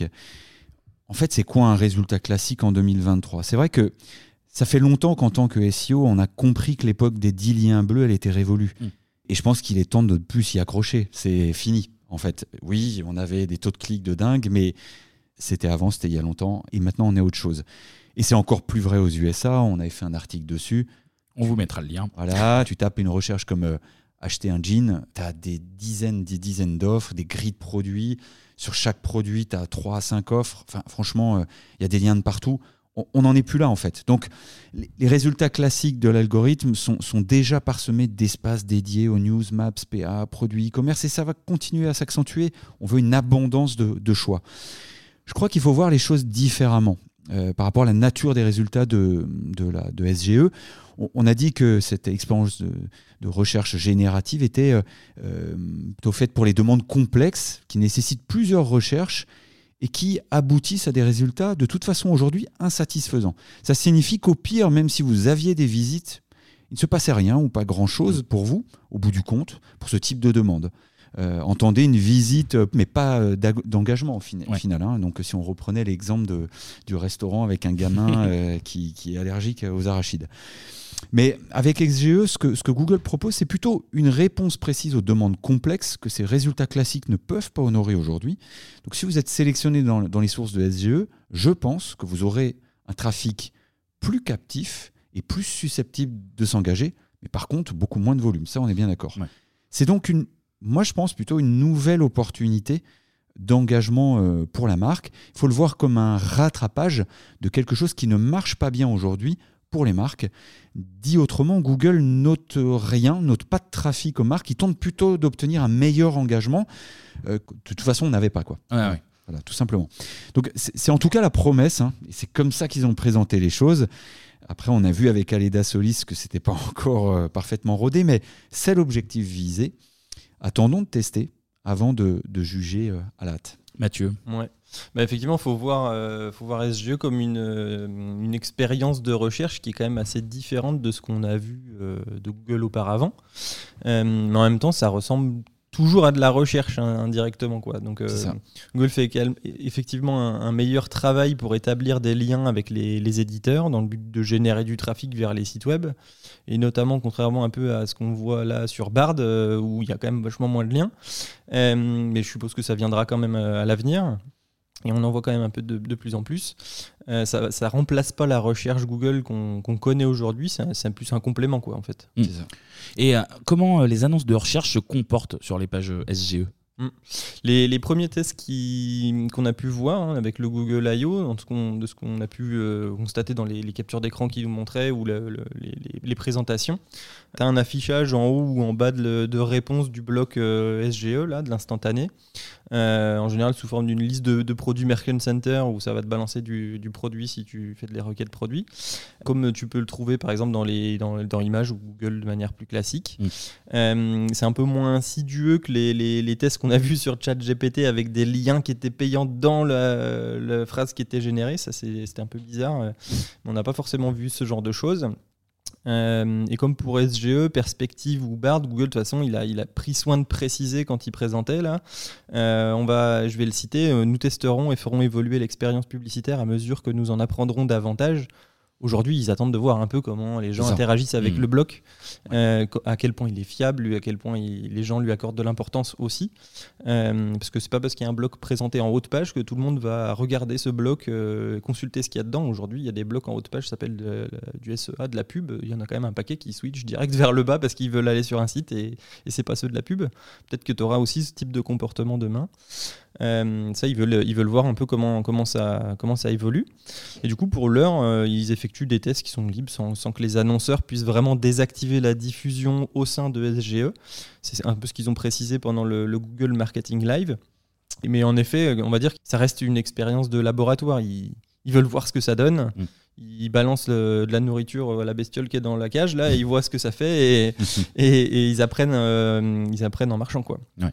En fait, c'est quoi un résultat classique en 2023 ? C'est vrai que ça fait longtemps qu'en tant que SEO, on a compris que l'époque des 10 liens bleus, elle était révolue. Et je pense qu'il est temps de ne plus s'y accrocher. C'est fini, en fait. Oui, on avait des taux de clics de dingue, mais c'était il y a longtemps. Et maintenant, on est autre chose. Et c'est encore plus vrai aux USA. On avait fait un article dessus. On vous mettra le lien. Voilà, tu tapes une recherche comme acheter un jean. Tu as des dizaines d'offres, des grilles de produits. Sur chaque produit, tu as 3 à 5 offres. Enfin, franchement, il y a des liens de partout. On n'en est plus là, en fait. Donc, les résultats classiques de l'algorithme sont déjà parsemés d'espaces dédiés aux news, maps, PA, produits, e-commerce, et ça va continuer à s'accentuer. On veut une abondance de choix. Je crois qu'il faut voir les choses différemment par rapport à la nature des résultats de SGE. On a dit que cette expérience de recherche générative était plutôt faite pour les demandes complexes qui nécessitent plusieurs recherches et qui aboutissent à des résultats de toute façon aujourd'hui insatisfaisants. Ça signifie qu'au pire, même si vous aviez des visites, il ne se passait rien ou pas grand-chose pour vous, au bout du compte, pour ce type de demande. Entendez une visite, mais pas d'engagement au final. Hein. Donc si on reprenait l'exemple du restaurant avec un gamin qui est allergique aux arachides. Mais avec XGE, ce que Google propose, c'est plutôt une réponse précise aux demandes complexes que ces résultats classiques ne peuvent pas honorer aujourd'hui. Donc si vous êtes sélectionné dans les sources de SGE, je pense que vous aurez un trafic plus captif et plus susceptible de s'engager, mais par contre beaucoup moins de volume. Ça, on est bien d'accord. Ouais. C'est donc moi je pense plutôt une nouvelle opportunité d'engagement pour la marque. Il faut le voir comme un rattrapage de quelque chose qui ne marche pas bien aujourd'hui pour les marques. Dit autrement, Google note pas de trafic aux marques, ils tentent plutôt d'obtenir un meilleur engagement de toute façon on n'avait pas quoi. Ouais. Voilà, tout simplement. Donc c'est en tout cas la promesse, hein, et c'est comme ça qu'ils ont présenté les choses. Après on a vu avec Aleda Solis que c'était pas encore parfaitement rodé, mais c'est l'objectif visé. Attendons de tester avant de juger à la hâte. Mathieu. Ouais. Effectivement, il faut voir SGE comme une expérience de recherche qui est quand même assez différente de ce qu'on a vu de Google auparavant. Mais en même temps, ça ressemble toujours à de la recherche indirectement, quoi. Donc Google fait effectivement un meilleur travail pour établir des liens avec les éditeurs dans le but de générer du trafic vers les sites web, et notamment contrairement un peu à ce qu'on voit là sur Bard où il y a quand même vachement moins de liens, mais je suppose que ça viendra quand même à l'avenir. Et on en voit quand même un peu de plus en plus. Ça ne remplace pas la recherche Google qu'on connaît aujourd'hui, c'est plus un complément, quoi, en fait. C'est ça. Et comment les annonces de recherche se comportent sur les pages SGE ? Les premiers tests qu'on a pu voir avec le Google I.O., de ce qu'on a pu constater dans les captures d'écran qu'ils nous montraient ou les présentations, tu as un affichage en haut ou en bas de réponse du bloc SGE, là, de l'instantané, en général sous forme d'une liste de produits Merchant Center où ça va te balancer du produit si tu fais des requêtes produits, comme tu peux le trouver par exemple dans Images ou Google de manière plus classique. C'est un peu moins insidieux que les tests qu'on a vus sur ChatGPT avec des liens qui étaient payants dans la phrase qui était générée. Ça, c'était un peu bizarre, mais on n'a pas forcément vu ce genre de choses. Et comme pour SGE, Perspective ou Bard, Google de toute façon il a pris soin de préciser quand il présentait là. Je vais le citer, nous testerons et ferons évoluer l'expérience publicitaire à mesure que nous en apprendrons davantage. Aujourd'hui, ils attendent de voir un peu comment les gens interagissent avec le bloc, à quel point il est fiable, à quel point les gens lui accordent de l'importance aussi. Parce que c'est pas parce qu'il y a un bloc présenté en haut de page que tout le monde va regarder ce bloc, consulter ce qu'il y a dedans. Aujourd'hui, il y a des blocs en haut de page, ça s'appelle du SEA, de la pub. Il y en a quand même un paquet qui switch direct vers le bas parce qu'ils veulent aller sur un site et c'est pas ceux de la pub. Peut-être que tu auras aussi ce type de comportement demain. Ça, ils veulent voir un peu comment ça évolue. Et du coup, pour l'heure, ils effectuent des tests qui sont libres sans que les annonceurs puissent vraiment désactiver la diffusion au sein de SGE. C'est un peu ce qu'ils ont précisé pendant le Google Marketing Live. Mais en effet, on va dire que ça reste une expérience de laboratoire. Ils veulent voir ce que ça donne. Ils balancent de la nourriture à la bestiole qui est dans la cage, là, et ils voient ce que ça fait, et ils apprennent en marchant, quoi. Ouais.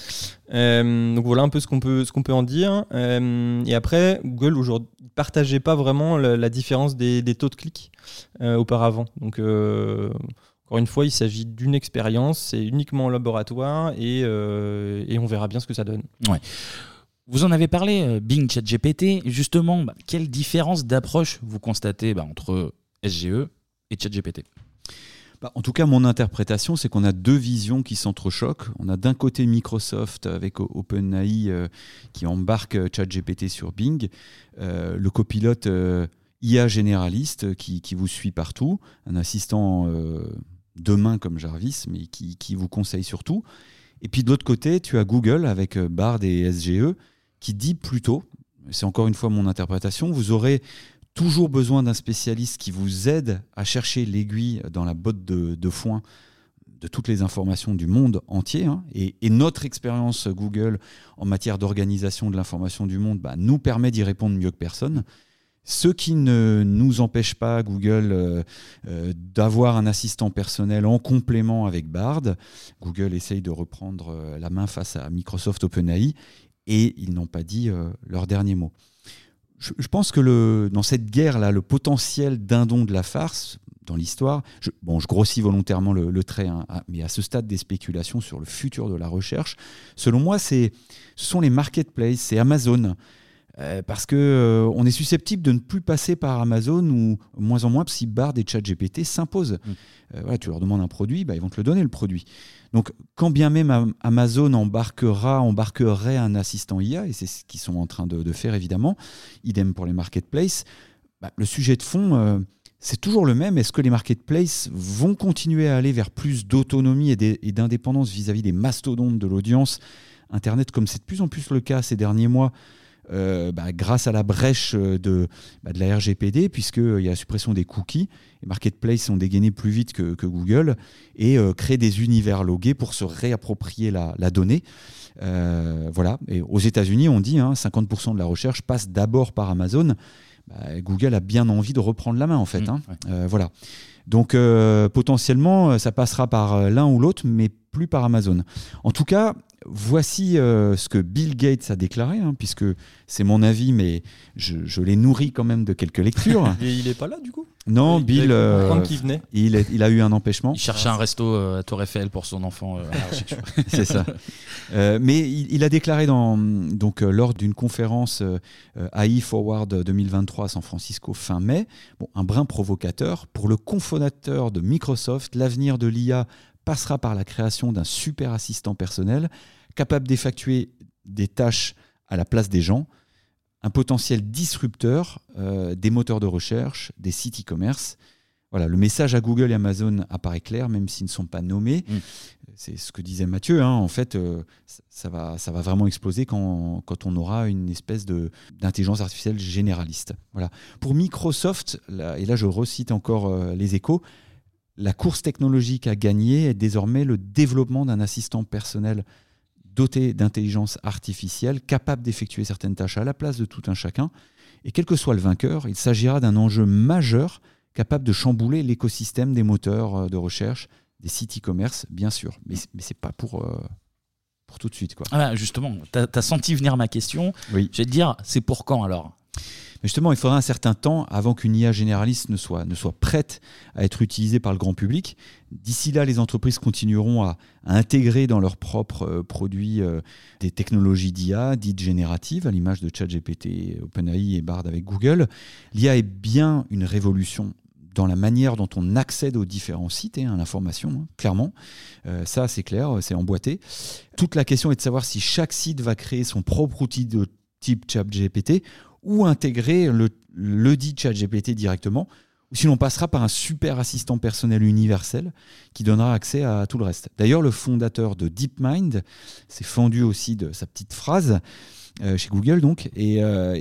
Donc voilà un peu ce qu'on peut en dire. Et après, Google aujourd'hui ne partageait pas vraiment la différence des taux de clics auparavant. Donc encore une fois, il s'agit d'une expérience, c'est uniquement en laboratoire, et on verra bien ce que ça donne. Ouais. Vous en avez parlé, Bing ChatGPT. Justement, quelle différence d'approche vous constatez entre SGE et ChatGPT ? En tout cas, mon interprétation, c'est qu'on a deux visions qui s'entrechoquent. On a d'un côté Microsoft avec OpenAI qui embarque ChatGPT sur Bing, le copilote IA généraliste qui vous suit partout, un assistant de main comme Jarvis, mais qui vous conseille surtout. Et puis de l'autre côté, tu as Google avec Bard et SGE qui dit plutôt, c'est encore une fois mon interprétation, vous aurez toujours besoin d'un spécialiste qui vous aide à chercher l'aiguille dans la botte de foin de toutes les informations du monde entier. Et notre expérience Google en matière d'organisation de l'information du monde nous permet d'y répondre mieux que personne. Ce qui ne nous empêche pas, Google, d'avoir un assistant personnel en complément avec Bard. Google essaye de reprendre la main face à Microsoft OpenAI et ils n'ont pas dit leur dernier mot. Je pense que dans cette guerre-là, le potentiel dindon de la farce, dans l'histoire, je grossis volontairement le trait, mais à ce stade des spéculations sur le futur de la recherche, selon moi, ce sont les marketplaces, c'est Amazon. Parce qu'on est susceptible de ne plus passer par Amazon ou moins en moins si Bard et ChatGPT s'imposent. Tu leur demandes un produit, ils vont te le donner le produit. Donc quand bien même Amazon embarquerait un assistant IA, et c'est ce qu'ils sont en train de faire évidemment, idem pour les marketplaces, le sujet de fond, c'est toujours le même. Est-ce que les marketplaces vont continuer à aller vers plus d'autonomie et d'indépendance vis-à-vis des mastodontes de l'audience Internet, comme c'est de plus en plus le cas ces derniers mois, grâce à la brèche de la RGPD, puisqu'il y a la suppression des cookies. Les marketplaces sont dégainés plus vite que Google et créent des univers logués pour se réapproprier la donnée. Voilà. Et aux États-Unis, on dit 50% de la recherche passe d'abord par Amazon. Google a bien envie de reprendre la main, en fait. Voilà. Donc, potentiellement, ça passera par l'un ou l'autre, mais plus par Amazon. En tout cas, voici ce que Bill Gates a déclaré, puisque c'est mon avis, mais je l'ai nourri quand même de quelques lectures. Et il n'est pas là, du coup ? Non, Bill, il a eu un empêchement. Il cherchait un resto à Tour Eiffel pour son enfant. C'est ça. Mais il a déclaré lors d'une conférence AI Forward 2023 à San Francisco fin mai, un brin provocateur, pour le cofondateur de Microsoft, l'avenir de l'IA passera par la création d'un super assistant personnel capable d'effectuer des tâches à la place des gens, un potentiel disrupteur des moteurs de recherche, des sites e-commerce. Voilà, le message à Google et Amazon apparaît clair, même s'ils ne sont pas nommés. C'est ce que disait Mathieu. En fait, ça va vraiment exploser quand on aura une espèce d'intelligence artificielle généraliste. Voilà. Pour Microsoft, et là je recite encore les Échos, la course technologique à gagner est désormais le développement d'un assistant personnel doté d'intelligence artificielle, capable d'effectuer certaines tâches à la place de tout un chacun. Et quel que soit le vainqueur, il s'agira d'un enjeu majeur capable de chambouler l'écosystème des moteurs de recherche, des sites e-commerce, bien sûr. Mais ce n'est pas pour tout de suite, quoi. Justement, tu as senti venir ma question. Oui. Je vais te dire, c'est pour quand alors ? Mais justement, il faudra un certain temps avant qu'une IA généraliste ne soit prête à être utilisée par le grand public. D'ici là, les entreprises continueront à intégrer dans leurs propres produits des technologies d'IA dites génératives, à l'image de ChatGPT, OpenAI et Bard avec Google. L'IA est bien une révolution dans la manière dont on accède aux différents sites, à l'information, clairement. Ça, c'est clair, c'est emboîté. Toute la question est de savoir si chaque site va créer son propre outil de type ChatGPT ou intégrer le dit ChatGPT directement, ou si l'on passera par un super assistant personnel universel qui donnera accès à tout le reste. D'ailleurs, le fondateur de DeepMind s'est fendu aussi de sa petite phrase chez Google, donc, et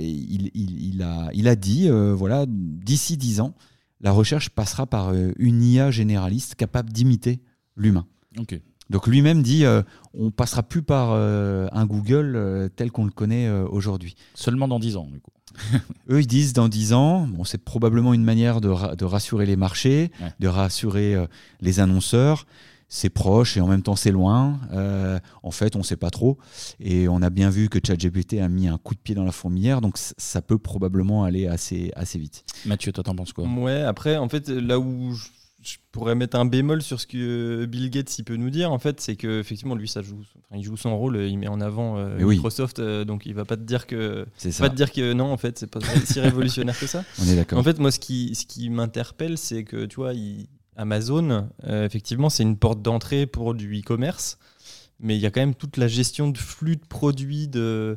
il a dit, voilà, d'ici 10 ans, la recherche passera par une IA généraliste capable d'imiter l'humain. Ok. Donc lui-même dit, on ne passera plus par un Google tel qu'on le connaît aujourd'hui. Seulement dans 10 ans, du coup. Eux, ils disent dans 10 ans, bon, c'est probablement une manière de rassurer les marchés, de rassurer les annonceurs. C'est proche et en même temps c'est loin. En fait, on ne sait pas trop. Et on a bien vu que ChatGPT a mis un coup de pied dans la fourmilière, donc ça peut probablement aller assez vite. Mathieu, toi, t'en penses quoi ? Ouais, après, en fait, là où je pourrais mettre un bémol sur ce que Bill Gates il peut nous dire, en fait, c'est qu'effectivement, lui, il joue son rôle, il met en avant Microsoft, donc il va pas te dire que non, en fait, c'est pas si révolutionnaire que ça. On est d'accord. En fait, moi, ce qui m'interpelle, c'est que, tu vois, Amazon, effectivement, c'est une porte d'entrée pour du e-commerce, mais il y a quand même toute la gestion de flux de produits, de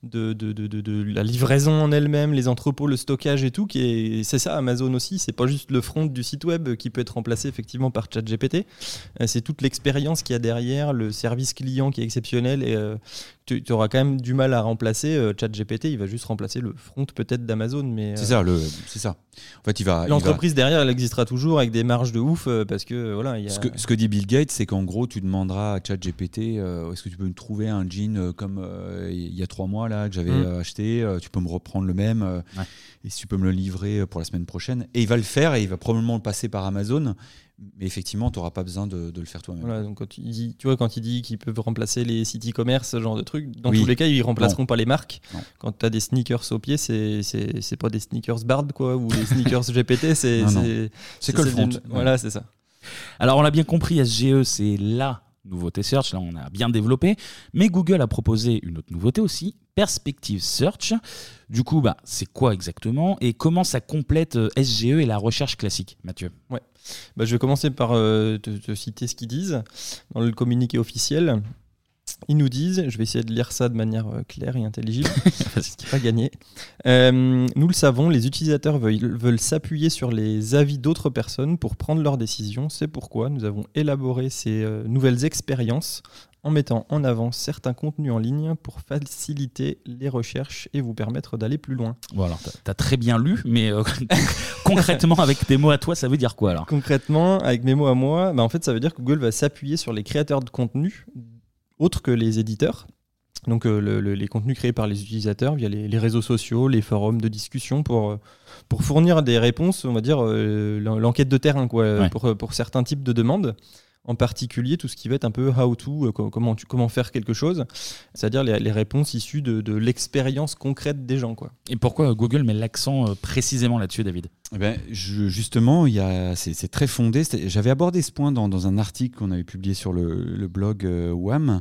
la livraison en elle-même, les entrepôts, le stockage et tout, c'est ça Amazon aussi, c'est pas juste le front du site web qui peut être remplacé effectivement par ChatGPT, c'est toute l'expérience qu'il y a derrière, le service client qui est exceptionnel, et tu auras quand même du mal à remplacer ChatGPT, il va juste remplacer le front peut-être d'Amazon, mais c'est ça. En fait, l'entreprise derrière, elle existera toujours avec des marges de ouf, parce que voilà, ce que dit Bill Gates, c'est qu'en gros, tu demanderas à ChatGPT, est-ce que tu peux me trouver un jean comme il y a 3 mois là que j'avais acheté, tu peux me reprendre le même, et si tu peux me le livrer pour la semaine prochaine, et il va le faire, et il va probablement le passer par Amazon. Mais effectivement, tu n'auras pas besoin de le faire toi-même. Voilà, donc quand il dit qu'ils peuvent remplacer les sites e-commerce, ce genre de trucs, dans tous les cas, ils ne remplaceront pas les marques. Non. Quand tu as des sneakers au pied, c'est pas des sneakers Bard, quoi, ou des sneakers GPT, c'est que le front. Voilà, c'est ça. Alors, on l'a bien compris, SGE, c'est la nouveauté Search. Là, on a bien développé. Mais Google a proposé une autre nouveauté aussi, Perspective Search. Du coup, c'est quoi exactement et comment ça complète SGE et la recherche classique, Mathieu ? Ouais. Je vais commencer par te citer ce qu'ils disent dans le communiqué officiel. Ils nous disent, je vais essayer de lire ça de manière claire et intelligible, ce qui n'est pas gagné. Nous le savons, les utilisateurs veulent s'appuyer sur les avis d'autres personnes pour prendre leurs décisions. C'est pourquoi nous avons élaboré ces nouvelles expériences en mettant en avant certains contenus en ligne pour faciliter les recherches et vous permettre d'aller plus loin. Bon, alors, tu as très bien lu, mais concrètement, avec tes mots à toi, ça veut dire quoi alors ? Concrètement, avec mes mots à moi, en fait, ça veut dire que Google va s'appuyer sur les créateurs de contenu autres que les éditeurs. Donc les contenus créés par les utilisateurs via les réseaux sociaux, les forums de discussion pour fournir des réponses, on va dire l'enquête de terrain, quoi, pour certains types de demandes. En particulier, tout ce qui va être un peu how-to, comment faire quelque chose, c'est-à-dire les réponses issues de l'expérience concrète des gens, quoi. Et pourquoi Google met l'accent précisément là-dessus, David ? Justement, c'est très fondé. J'avais abordé ce point dans un article qu'on avait publié sur le blog WAM.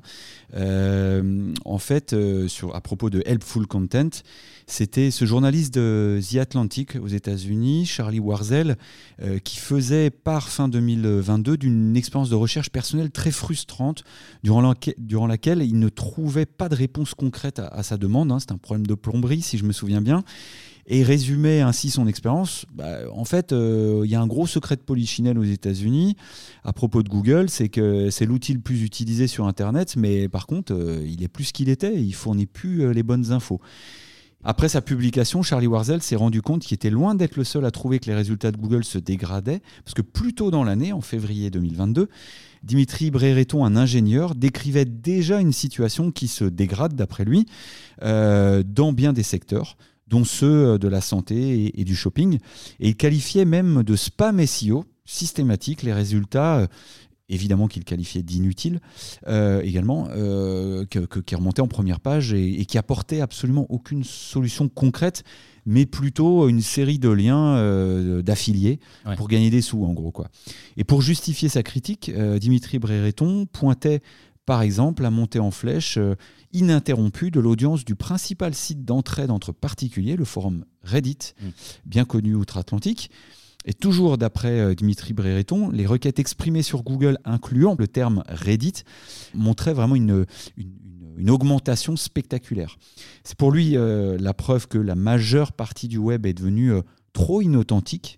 En fait, à propos de Helpful Content, c'était ce journaliste de The Atlantic aux États-Unis, Charlie Warzel, qui faisait part fin 2022 d'une expérience de recherche personnelle très frustrante durant laquelle il ne trouvait pas de réponse concrète à sa demande. C'est un problème de plomberie, si je me souviens bien. Et il résumait ainsi son expérience. En fait, il y a un gros secret de polichinelle aux États-Unis à propos de Google, c'est que c'est l'outil le plus utilisé sur Internet, mais par contre, il est plus ce qu'il était, il fournit plus les bonnes infos. Après sa publication, Charlie Warzel s'est rendu compte qu'il était loin d'être le seul à trouver que les résultats de Google se dégradaient, parce que plus tôt dans l'année, en février 2022, Dimitri Brereton, un ingénieur, décrivait déjà une situation qui se dégrade, d'après lui, dans bien des secteurs, dont ceux de la santé et du shopping. Et il qualifiait même de spam SEO systématique les résultats, évidemment qu'il qualifiait d'inutiles, également, qui remontaient en première page et qui apportaient absolument aucune solution concrète, mais plutôt une série de liens d'affiliés pour gagner des sous, en gros, quoi. Et pour justifier sa critique, Dimitri Brereton pointait par exemple la montée en flèche ininterrompue de l'audience du principal site d'entraide entre particuliers, le forum Reddit, bien connu outre-Atlantique. Et toujours d'après Dimitri Brereton, les requêtes exprimées sur Google incluant le terme Reddit montraient vraiment une augmentation spectaculaire. C'est pour lui la preuve que la majeure partie du web est devenue trop inauthentique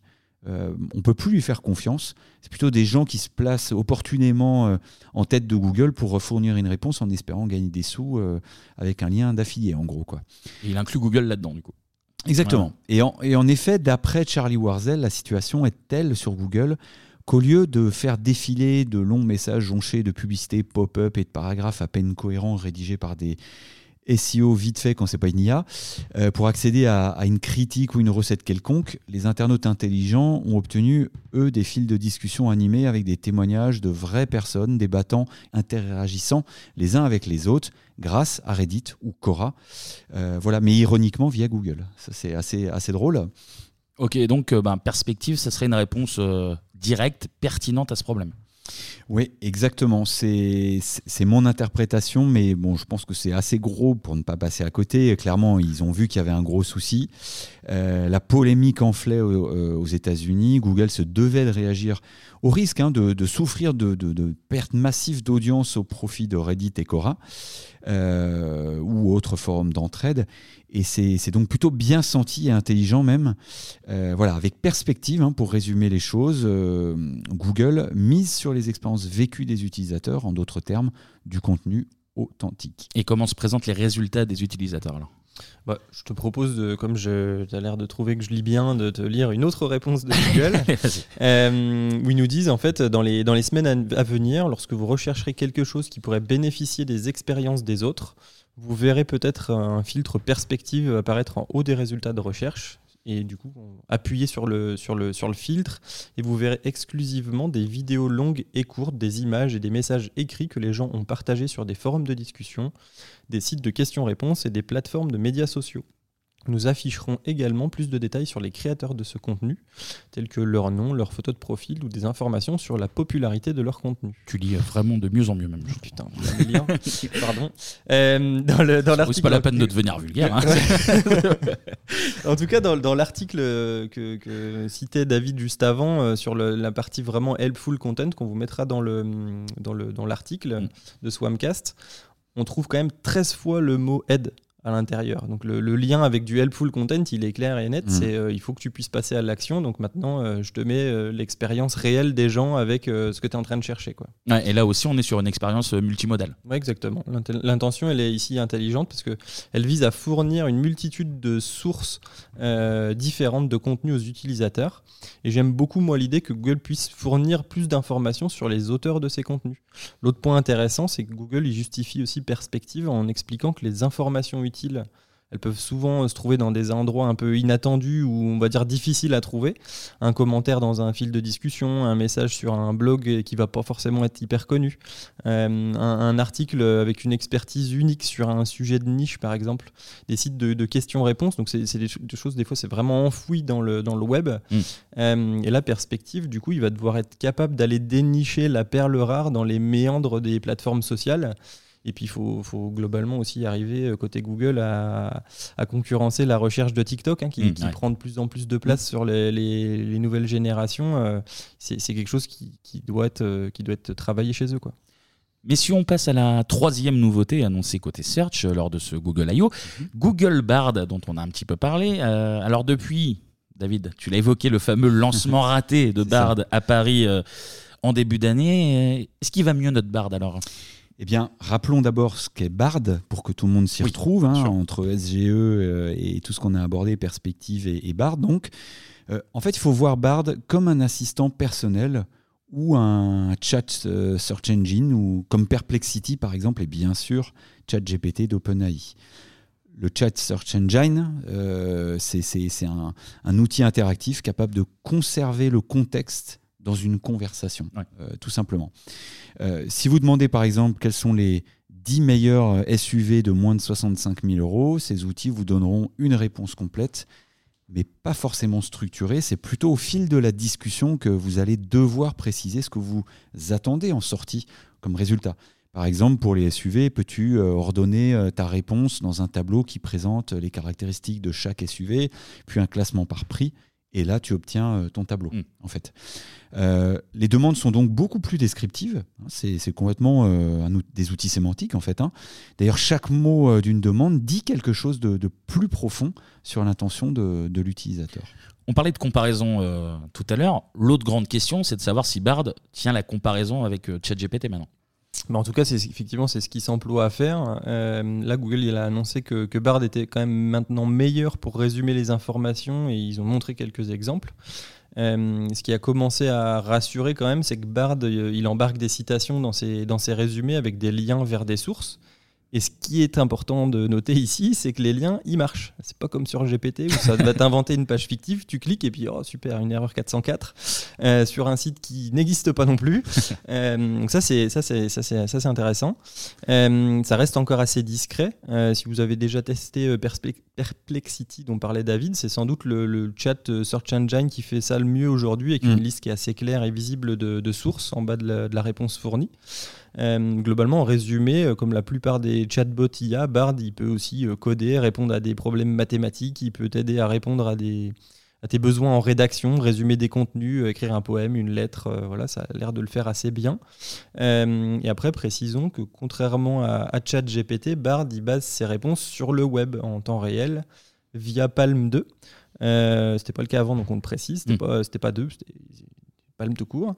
on ne peut plus lui faire confiance. C'est plutôt des gens qui se placent opportunément en tête de Google pour fournir une réponse en espérant gagner des sous avec un lien d'affilié, en gros, quoi. Et il inclut Google là-dedans, du coup. Exactement. Ouais. Et en effet, d'après Charlie Warzel, la situation est telle sur Google qu'au lieu de faire défiler de longs messages jonchés de publicités, pop-up et de paragraphes à peine cohérents rédigés par des SEO vite fait quand c'est pas une IA, pour accéder à une critique ou une recette quelconque, les internautes intelligents ont obtenu, eux, des fils de discussion animés avec des témoignages de vraies personnes débattant, interagissant les uns avec les autres, grâce à Reddit ou Quora. Voilà, mais ironiquement via Google. Ça, c'est assez drôle. Ok, donc perspective, ça serait une réponse directe, pertinente à ce problème. Oui, exactement. C'est mon interprétation, mais bon, je pense que c'est assez gros pour ne pas passer à côté. Clairement, ils ont vu qu'il y avait un gros souci. La polémique enflait aux États-Unis. Google se devait de réagir au risque de souffrir de pertes massives d'audience au profit de Reddit et Quora ou autres forums d'entraide. Et c'est donc plutôt bien senti et intelligent même. Voilà, avec perspective, pour résumer les choses, Google mise sur les expériences vécues des utilisateurs, en d'autres termes, du contenu authentique. Et comment se présentent les résultats des utilisateurs alors ? Je te propose, comme tu as l'air de trouver que je lis bien, de te lire une autre réponse de Google. Où ils nous disent, en fait, dans les semaines à venir, lorsque vous rechercherez quelque chose qui pourrait bénéficier des expériences des autres, vous verrez peut-être un filtre perspective apparaître en haut des résultats de recherche. Et du coup, appuyez sur le filtre et vous verrez exclusivement des vidéos longues et courtes, des images et des messages écrits que les gens ont partagés sur des forums de discussion, des sites de questions-réponses et des plateformes de médias sociaux. Nous afficherons également plus de détails sur les créateurs de ce contenu, tels que leur nom, leur photo de profil ou des informations sur la popularité de leur contenu. Tu lis vraiment de mieux en mieux même. Putain, je vais lire. Pardon. Dans l'article, c'est pas la peine de devenir vulgaire. En tout cas, dans l'article que citait David juste avant, sur la partie vraiment helpful content qu'on vous mettra dans l'article de Swarmcast, on trouve quand même 13 fois le mot aide à l'intérieur. Donc le lien avec du helpful content, il est clair et net. C'est il faut que tu puisses passer à l'action. Donc maintenant, je te mets l'expérience réelle des gens avec ce que tu es en train de chercher, quoi. Ouais, et là aussi, on est sur une expérience multimodale. Ouais, exactement. L'intention, elle est ici intelligente parce qu'elle vise à fournir une multitude de sources différentes de contenu aux utilisateurs. Et j'aime beaucoup, moi, l'idée que Google puisse fournir plus d'informations sur les auteurs de ces contenus. L'autre point intéressant, c'est que Google il justifie aussi perspective en expliquant que les informations utiles, elles peuvent souvent se trouver dans des endroits un peu inattendus ou on va dire difficiles à trouver. Un commentaire dans un fil de discussion, un message sur un blog qui va pas forcément être hyper connu, un article avec une expertise unique sur un sujet de niche par exemple, des sites de questions-réponses. Donc c'est des choses, des fois c'est vraiment enfoui dans le web. Et la perspective, du coup, il va devoir être capable d'aller dénicher la perle rare dans les méandres des plateformes sociales. Et puis, il faut globalement aussi arriver, côté Google, à concurrencer la recherche de TikTok, qui prend de plus en plus de place sur les nouvelles générations. C'est quelque chose qui doit être travaillé chez eux, quoi. Mais si on passe à la troisième nouveauté annoncée côté Search lors de ce Google I.O., Google Bard, dont on a un petit peu parlé. Alors depuis, David, tu l'as évoqué, le fameux lancement raté de Bard à Paris en début d'année. Est-ce qu'il va mieux notre Bard alors ? Eh bien, rappelons d'abord ce qu'est Bard pour que tout le monde s'y retrouve, entre SGE et tout ce qu'on a abordé, Perspective et Bard. Donc, en fait, il faut voir Bard comme un assistant personnel ou un chat search engine, ou comme Perplexity par exemple, et bien sûr ChatGPT d'OpenAI. Le chat search engine, c'est un outil interactif capable de conserver le contexte dans une conversation, tout simplement. Si vous demandez par exemple quels sont les 10 meilleurs SUV de moins de 65 000 €, ces outils vous donneront une réponse complète, mais pas forcément structurée. C'est plutôt au fil de la discussion que vous allez devoir préciser ce que vous attendez en sortie comme résultat. Par exemple, pour les SUV, peux-tu ordonner ta réponse dans un tableau qui présente les caractéristiques de chaque SUV, puis un classement par prix ? Et là, tu obtiens ton tableau, en fait. Les demandes sont donc beaucoup plus descriptives. C'est complètement des outils sémantiques, en fait. D'ailleurs, chaque mot d'une demande dit quelque chose de plus profond sur l'intention de l'utilisateur. On parlait de comparaison tout à l'heure. L'autre grande question, c'est de savoir si Bard tient la comparaison avec ChatGPT maintenant. En tout cas, effectivement, c'est ce qui s'emploie à faire. Là, Google il a annoncé que Bard était quand même maintenant meilleur pour résumer les informations et ils ont montré quelques exemples. Ce qui a commencé à rassurer quand même, c'est que Bard il embarque des citations dans ses résumés avec des liens vers des sources. Et ce qui est important de noter ici, c'est que les liens, ils marchent. C'est pas comme sur GPT où ça va t'inventer une page fictive, tu cliques et puis oh super, une erreur 404 sur un site qui n'existe pas non plus. Donc ça c'est intéressant. Ça reste encore assez discret. Si vous avez déjà testé Perplexity dont parlait David, c'est sans doute le chat Search Engine qui fait ça le mieux aujourd'hui avec une liste qui est assez claire et visible de sources en bas de la réponse fournie. Globalement, en résumé, comme la plupart des chatbots IA, Bard il peut aussi coder, répondre à des problèmes mathématiques, il peut t'aider à répondre à tes besoins en rédaction, résumer des contenus, écrire un poème, une lettre, voilà, ça a l'air de le faire assez bien. Et après, précisons que contrairement à ChatGPT, Bard il base ses réponses sur le web en temps réel via Palm 2. C'était pas le cas avant, donc on le précise, c'était pas 2, c'était Palm tout court.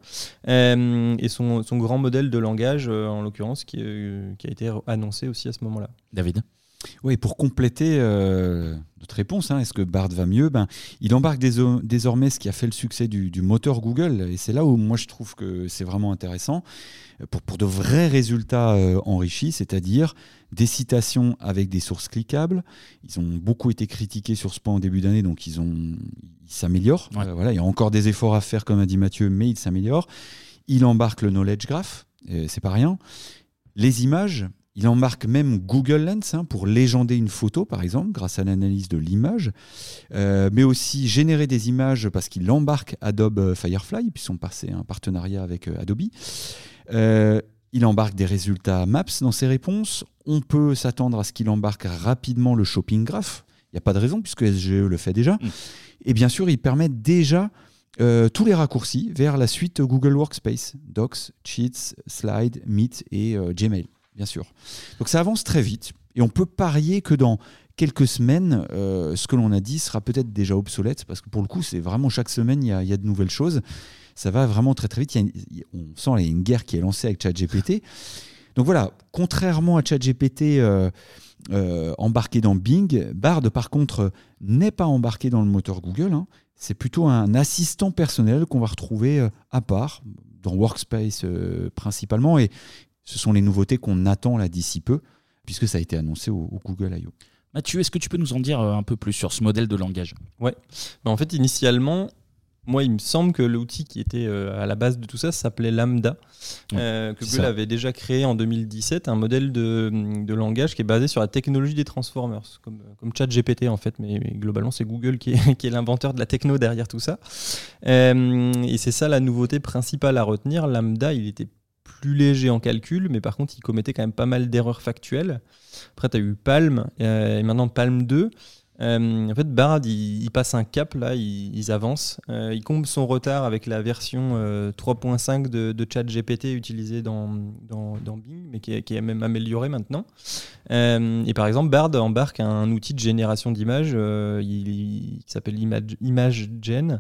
Et son grand modèle de langage, en l'occurrence, qui a été annoncé aussi à ce moment-là. David ? Oui, pour compléter notre réponse, est-ce que Bard va mieux ? Il embarque désormais ce qui a fait le succès du moteur Google, et c'est là où moi je trouve que c'est vraiment intéressant, pour de vrais résultats enrichis, c'est-à-dire des citations avec des sources cliquables. Ils ont beaucoup été critiqués sur ce point au début d'année, donc ils s'améliorent. Ouais. Il y a encore des efforts à faire, comme a dit Mathieu, mais ils s'améliorent. Il embarque le Knowledge Graph, c'est pas rien. Les images, il embarque même Google Lens pour légender une photo, par exemple, grâce à l'analyse de l'image, mais aussi générer des images parce qu'il embarque Adobe Firefly, puis ils sont passés un partenariat avec Adobe. Il embarque des résultats Maps dans ses réponses. On peut s'attendre à ce qu'il embarque rapidement le Shopping Graph. Il n'y a pas de raison puisque SGE le fait déjà. Et bien sûr, il permet déjà tous les raccourcis vers la suite Google Workspace, Docs, Sheets, Slides, Meet et Gmail, bien sûr. Donc ça avance très vite et on peut parier que dans quelques semaines, ce que l'on a dit sera peut-être déjà obsolète parce que pour le coup, c'est vraiment chaque semaine, il y a de nouvelles choses. Ça va vraiment très très vite. On sent qu'il y a une guerre qui est lancée avec ChatGPT. Donc voilà, contrairement à ChatGPT embarqué dans Bing, Bard par contre n'est pas embarqué dans le moteur Google. C'est plutôt un assistant personnel qu'on va retrouver à part, dans Workspace principalement. Et ce sont les nouveautés qu'on attend là d'ici peu, puisque ça a été annoncé au Google I.O. Mathieu, est-ce que tu peux nous en dire un peu plus sur ce modèle de langage ? Ouais. En fait, initialement, moi, il me semble que l'outil qui était à la base de tout ça s'appelait Lambda, que Google avait déjà créé en 2017, un modèle de langage qui est basé sur la technologie des transformers, comme ChatGPT en fait, mais globalement c'est Google qui est l'inventeur de la techno derrière tout ça. Et c'est ça la nouveauté principale à retenir. Lambda, il était plus léger en calcul, mais par contre il commettait quand même pas mal d'erreurs factuelles. Après tu as eu Palm, et maintenant Palm 2. En fait, Bard, il passe un cap, là, ils avancent. Il comble son retard avec la version 3.5 de ChatGPT utilisée dans Bing, mais qui est même améliorée maintenant. Et par exemple, Bard embarque un outil de génération d'images qui s'appelle ImageGen,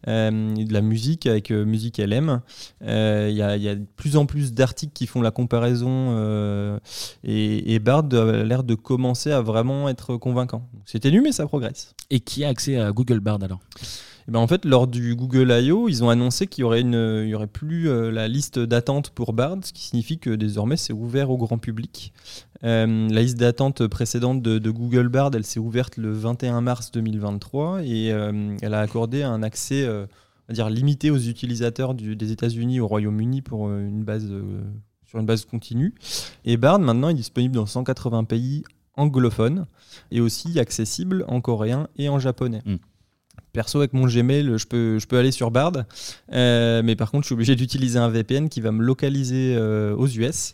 de la musique avec Music LM. Il y a de plus en plus d'articles qui font la comparaison et Bard a l'air de commencer à vraiment être convaincant. C'était nul, mais ça progresse. Et qui a accès à Google Bard alors ? En fait, lors du Google I.O., ils ont annoncé qu'il y aurait plus la liste d'attente pour Bard, ce qui signifie que désormais c'est ouvert au grand public. La liste d'attente précédente de Google Bard, elle s'est ouverte le 21 mars 2023 et elle a accordé un accès on va dire, limité aux utilisateurs des États-Unis au Royaume-Uni pour sur une base continue. Et Bard, maintenant, est disponible dans 180 pays anglophones et aussi accessible en coréen et en japonais. Perso, avec mon Gmail, je peux aller sur Bard, mais par contre, je suis obligé d'utiliser un VPN qui va me localiser aux US.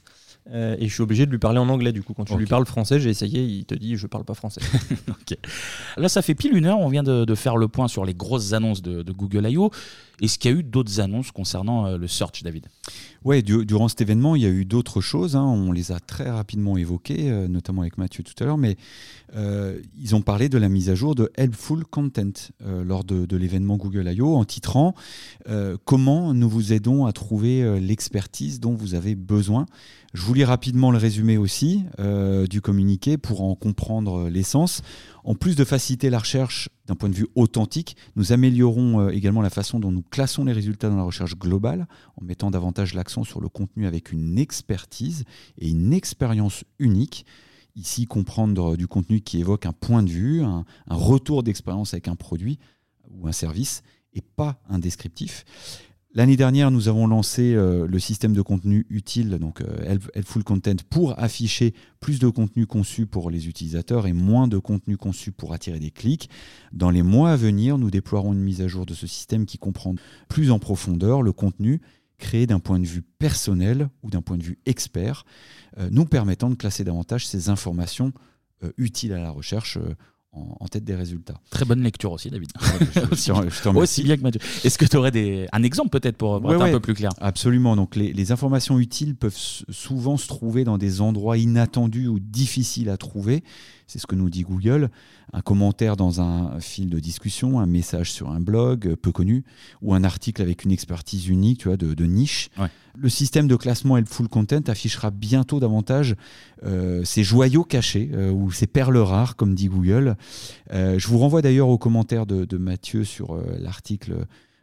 et je suis obligé de lui parler en anglais. Du coup, quand tu lui parles français, j'ai essayé, il te dit je parle pas français. Okay. Là, ça fait pile 1 heure, on vient de faire le point sur les grosses annonces de Google I.O. Est-ce qu'il y a eu d'autres annonces concernant le search, David ? Oui, durant cet événement, il y a eu d'autres choses. On les a très rapidement évoquées, notamment avec Mathieu tout à l'heure, mais ils ont parlé de la mise à jour de Helpful Content lors de l'événement Google I.O. en titrant comment nous vous aidons à trouver l'expertise dont vous avez besoin. Je vous lis rapidement le résumé aussi du communiqué pour en comprendre l'essence. En plus de faciliter la recherche d'un point de vue authentique, nous améliorons également la façon dont nous classons les résultats dans la recherche globale en mettant davantage l'accent sur le contenu avec une expertise et une expérience unique. Ici, comprendre du contenu qui évoque un point de vue, un retour d'expérience avec un produit ou un service et pas un descriptif. L'année dernière, nous avons lancé le système de contenu utile, donc Helpful Content, pour afficher plus de contenu conçu pour les utilisateurs et moins de contenu conçu pour attirer des clics. Dans les mois à venir, nous déploierons une mise à jour de ce système qui comprend plus en profondeur le contenu créé d'un point de vue personnel ou d'un point de vue expert, nous permettant de classer davantage ces informations utiles à la recherche en tête des résultats. Très bonne lecture aussi, David. Je te remercie. Aussi bien que Mathieu. Est-ce que tu aurais un exemple peut-être pour être un peu plus clair ? Absolument. Donc les informations utiles peuvent souvent se trouver dans des endroits inattendus ou difficiles à trouver. C'est ce que nous dit Google. Un commentaire dans un fil de discussion, un message sur un blog peu connu ou un article avec une expertise unique, tu vois, de niche. Ouais. Le système de classement Helpful Content affichera bientôt davantage ces joyaux cachés ou ces perles rares, comme dit Google. Je vous renvoie d'ailleurs aux commentaires de Mathieu sur l'article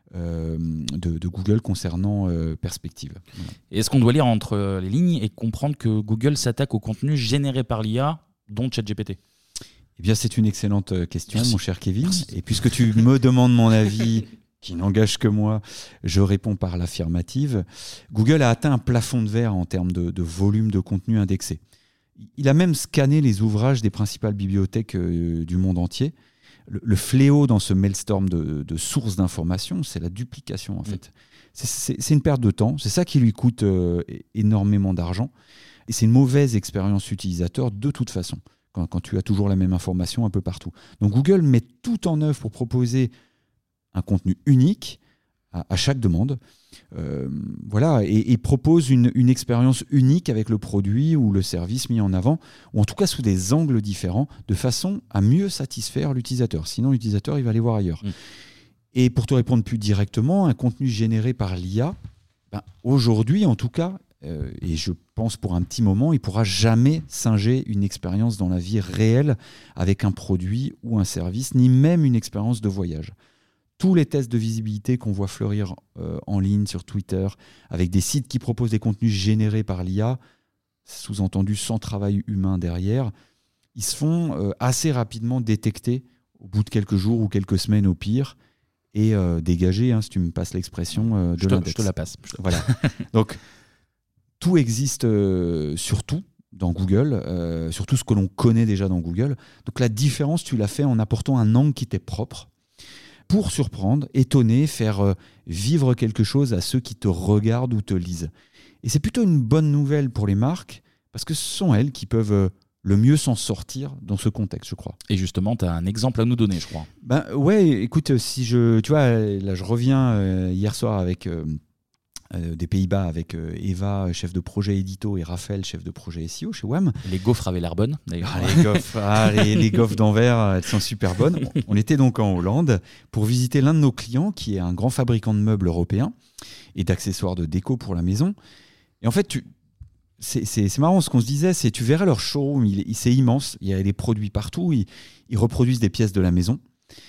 de Google concernant Perspective. Voilà. Est-ce qu'on doit lire entre les lignes et comprendre que Google s'attaque au contenu généré par l'IA, dont ChatGPT ? Eh bien, c'est une excellente question, mon cher Kevin. Merci. Et puisque tu me demandes mon avis, qui n'engage que moi, je réponds par l'affirmative. Google a atteint un plafond de verre en termes de volume de contenu indexé. Il a même scanné les ouvrages des principales bibliothèques du monde entier. Le fléau dans ce maelstrom de sources d'informations, c'est la duplication en fait. C'est une perte de temps, c'est ça qui lui coûte énormément d'argent. Et c'est une mauvaise expérience utilisateur de toute façon, quand tu as toujours la même information un peu partout. Donc Google met tout en œuvre pour proposer un contenu unique à chaque demande. Voilà, et propose une expérience unique avec le produit ou le service mis en avant, ou en tout cas sous des angles différents, de façon à mieux satisfaire l'utilisateur. Sinon, l'utilisateur, il va aller voir ailleurs. Et pour te répondre plus directement, un contenu généré par l'IA, aujourd'hui en tout cas, et je pense pour un petit moment, il ne pourra jamais singer une expérience dans la vie réelle avec un produit ou un service, ni même une expérience de voyage. Tous les tests de visibilité qu'on voit fleurir en ligne sur Twitter, avec des sites qui proposent des contenus générés par l'IA, sous-entendu sans travail humain derrière, ils se font assez rapidement détecter au bout de quelques jours ou quelques semaines au pire, et dégager, si tu me passes l'expression, de l'index. Je te la passe. Voilà. Donc, tout existe surtout dans Google, surtout ce que l'on connaît déjà dans Google. Donc la différence, tu l'as fait en apportant un angle qui t'est propre pour surprendre, étonner, faire vivre quelque chose à ceux qui te regardent ou te lisent. Et c'est plutôt une bonne nouvelle pour les marques, parce que ce sont elles qui peuvent le mieux s'en sortir dans ce contexte, je crois. Et justement, tu as un exemple à nous donner, je crois. Ouais, écoute, tu vois, là je reviens hier soir avec... des Pays-Bas avec Eva, chef de projet édito, et Raphaël, chef de projet SEO chez WAM. Les gaufres avaient l'air bonnes, d'ailleurs. Les gaufres d'Anvers, elles sont super bonnes. On était donc en Hollande pour visiter l'un de nos clients, qui est un grand fabricant de meubles européen et d'accessoires de déco pour la maison. Et en fait, c'est marrant ce qu'on se disait, c'est tu verrais leur showroom, c'est immense, il y a des produits partout, ils reproduisent des pièces de la maison.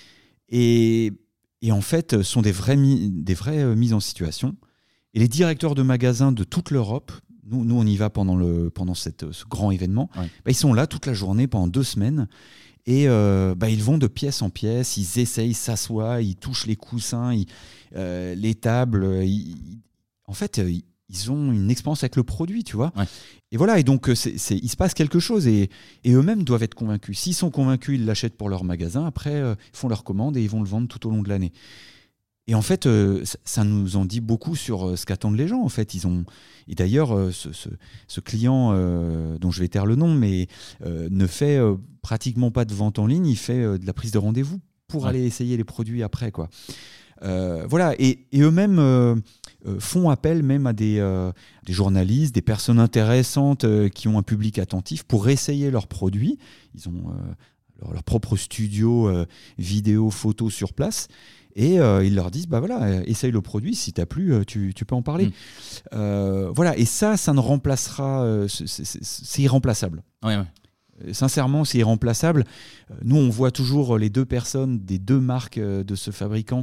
Et en fait, sont des vraies mises en situation. Et les directeurs de magasins de toute l'Europe, nous on y va pendant ce grand événement, ils sont là toute la journée pendant 2 semaines et ils vont de pièce en pièce, ils essayent, ils s'assoient, ils touchent les coussins, les tables. En fait, ils ont une expérience avec le produit, tu vois. Ouais. Et voilà, et donc il se passe quelque chose et eux-mêmes doivent être convaincus. S'ils sont convaincus, ils l'achètent pour leur magasin, après ils font leur commande et ils vont le vendre tout au long de l'année. Et en fait, ça nous en dit beaucoup sur ce qu'attendent les gens. En fait, et d'ailleurs, ce client dont je vais taire le nom, mais ne fait pratiquement pas de vente en ligne. Il fait de la prise de rendez-vous pour aller essayer les produits après, quoi. Voilà. Et eux-mêmes font appel même à des journalistes, des personnes intéressantes qui ont un public attentif pour essayer leurs produits. Ils ont leur propre studio vidéo, photo sur place. Et ils leur disent, bah voilà, essaye le produit, si t'as plu, tu peux en parler. Voilà, et ça ne remplacera, c'est irremplaçable. Ouais. Sincèrement, c'est irremplaçable. Nous, on voit toujours les deux personnes des deux marques de ce fabricant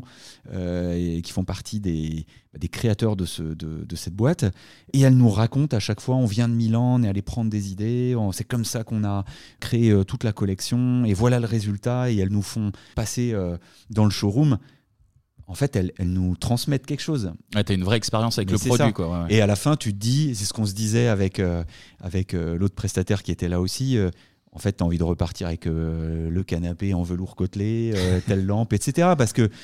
qui font partie des créateurs de cette boîte. Et elles nous racontent à chaque fois, on vient de Milan, on est allé prendre des idées, c'est comme ça qu'on a créé toute la collection, et voilà le résultat. Et elles nous font passer dans le showroom. En fait, elles nous transmettent quelque chose. Ouais, tu as une vraie expérience avec le produit. Quoi. Ouais. Et à la fin, tu te dis, c'est ce qu'on se disait avec l'autre prestataire qui était là aussi, en fait, tu as envie de repartir avec le canapé en velours côtelé, telle lampe, etc. Parce que,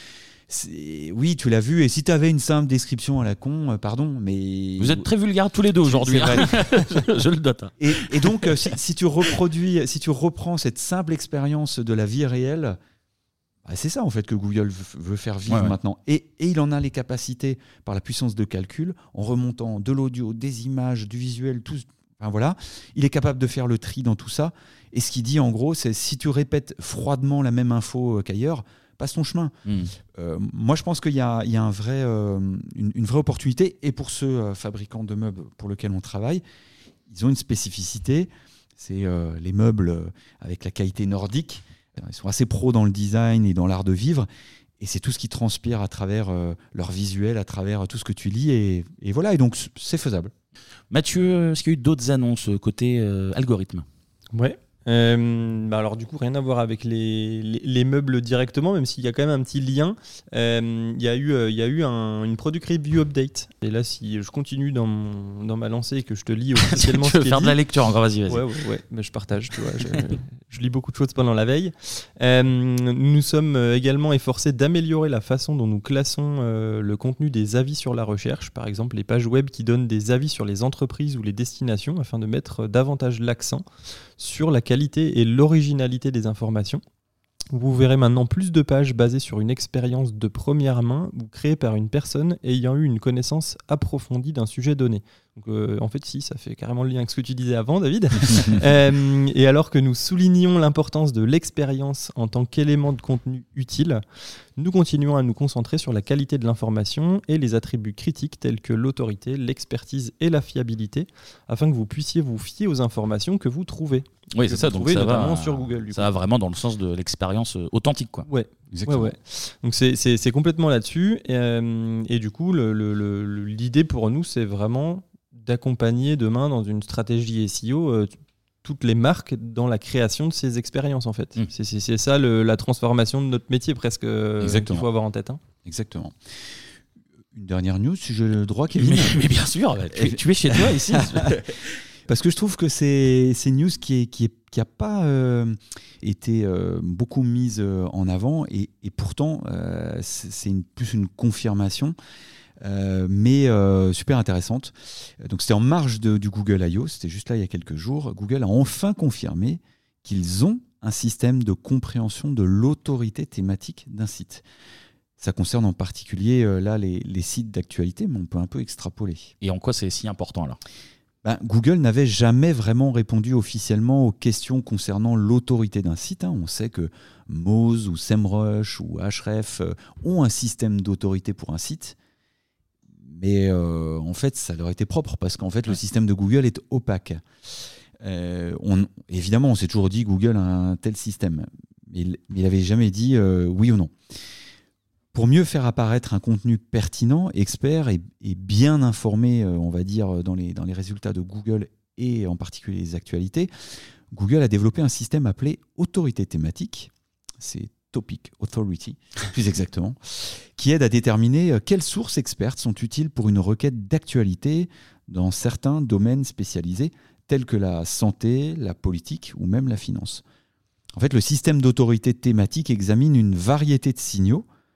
oui, tu l'as vu, et si tu avais une simple description à la con, pardon, mais... Vous êtes très vulgaires tous les deux aujourd'hui. Je le note. Et donc, si tu reprends cette simple expérience de la vie réelle, c'est ça en fait que Google veut faire vivre maintenant. Et il en a les capacités par la puissance de calcul, en remontant de l'audio, des images, du visuel, tout. Enfin, voilà. Il est capable de faire le tri dans tout ça. Et ce qu'il dit en gros, c'est si tu répètes froidement la même info qu'ailleurs, passe ton chemin. Moi, je pense qu'il y a une vraie opportunité. Et pour ce fabricant de meubles pour lequel on travaille, ils ont une spécificité. C'est les meubles avec la qualité nordique. Ils sont assez pros dans le design et dans l'art de vivre. Et c'est tout ce qui transpire à travers leur visuel, à travers tout ce que tu lis. Et voilà, et donc c'est faisable. Mathieu, est-ce qu'il y a eu d'autres annonces côté algorithme ? Ouais. Alors du coup, rien à voir avec les meubles directement, même s'il y a quand même un petit lien. Il y a eu une product review update. Et là, si je continue dans ma lancée et que je te lis officiellement tu veux faire de la lecture encore, vas-y. Ouais, mais je partage, tu vois. Je lis beaucoup de choses pendant la veille. Nous sommes également efforcés d'améliorer la façon dont nous classons le contenu des avis sur la recherche. Par exemple, les pages web qui donnent des avis sur les entreprises ou les destinations, afin de mettre davantage l'accent sur la qualité et l'originalité des informations. Vous verrez maintenant plus de pages basées sur une expérience de première main ou créées par une personne ayant eu une connaissance approfondie d'un sujet donné. Donc, en fait, si, ça fait carrément le lien avec ce que tu disais avant, David. Et alors que nous soulignons l'importance de l'expérience en tant qu'élément de contenu utile, nous continuons à nous concentrer sur la qualité de l'information et les attributs critiques tels que l'autorité, l'expertise et la fiabilité, afin que vous puissiez vous fier aux informations que vous trouvez. Oui, c'est ça. Donc ça notamment va sur Google. Ça va vraiment dans le sens de l'expérience authentique, quoi. Ouais. Exactement. Ouais. Donc c'est complètement là-dessus. Et du coup, l'idée pour nous, c'est vraiment d'accompagner demain dans une stratégie SEO toutes les marques dans la création de ces expériences, en fait. C'est ça la transformation de notre métier presque qu'il faut avoir en tête. Exactement. Une dernière news, si j'ai le droit, Kevin. Mais bien sûr, tu es chez toi ici. Parce que je trouve que c'est une news qui a pas été beaucoup mise en avant, et pourtant c'est plus une confirmation, mais super intéressante. Donc c'était en marge du Google I.O., c'était juste là il y a quelques jours. Google a enfin confirmé qu'ils ont un système de compréhension de l'autorité thématique d'un site. Ça concerne en particulier là les sites d'actualité, mais on peut un peu extrapoler. Et en quoi c'est si important alors ? Google n'avait jamais vraiment répondu officiellement aux questions concernant l'autorité d'un site. On sait que Moz ou SEMrush ou Ahrefs ont un système d'autorité pour un site. Mais en fait, ça leur était propre parce qu'en fait, le système de Google est opaque. Évidemment, on s'est toujours dit Google a un tel système. Mais il n'avait jamais dit oui ou non. Pour mieux faire apparaître un contenu pertinent, expert et bien informé, on va dire, dans les résultats de Google et en particulier les actualités, Google a développé un système appelé autorité thématique. C'est Topic Authority, plus exactement, qui aide à déterminer quelles sources expertes sont utiles pour une requête d'actualité dans certains domaines spécialisés, tels que la santé, la politique ou même la finance. En fait, le système d'autorité thématique examine une variété de signaux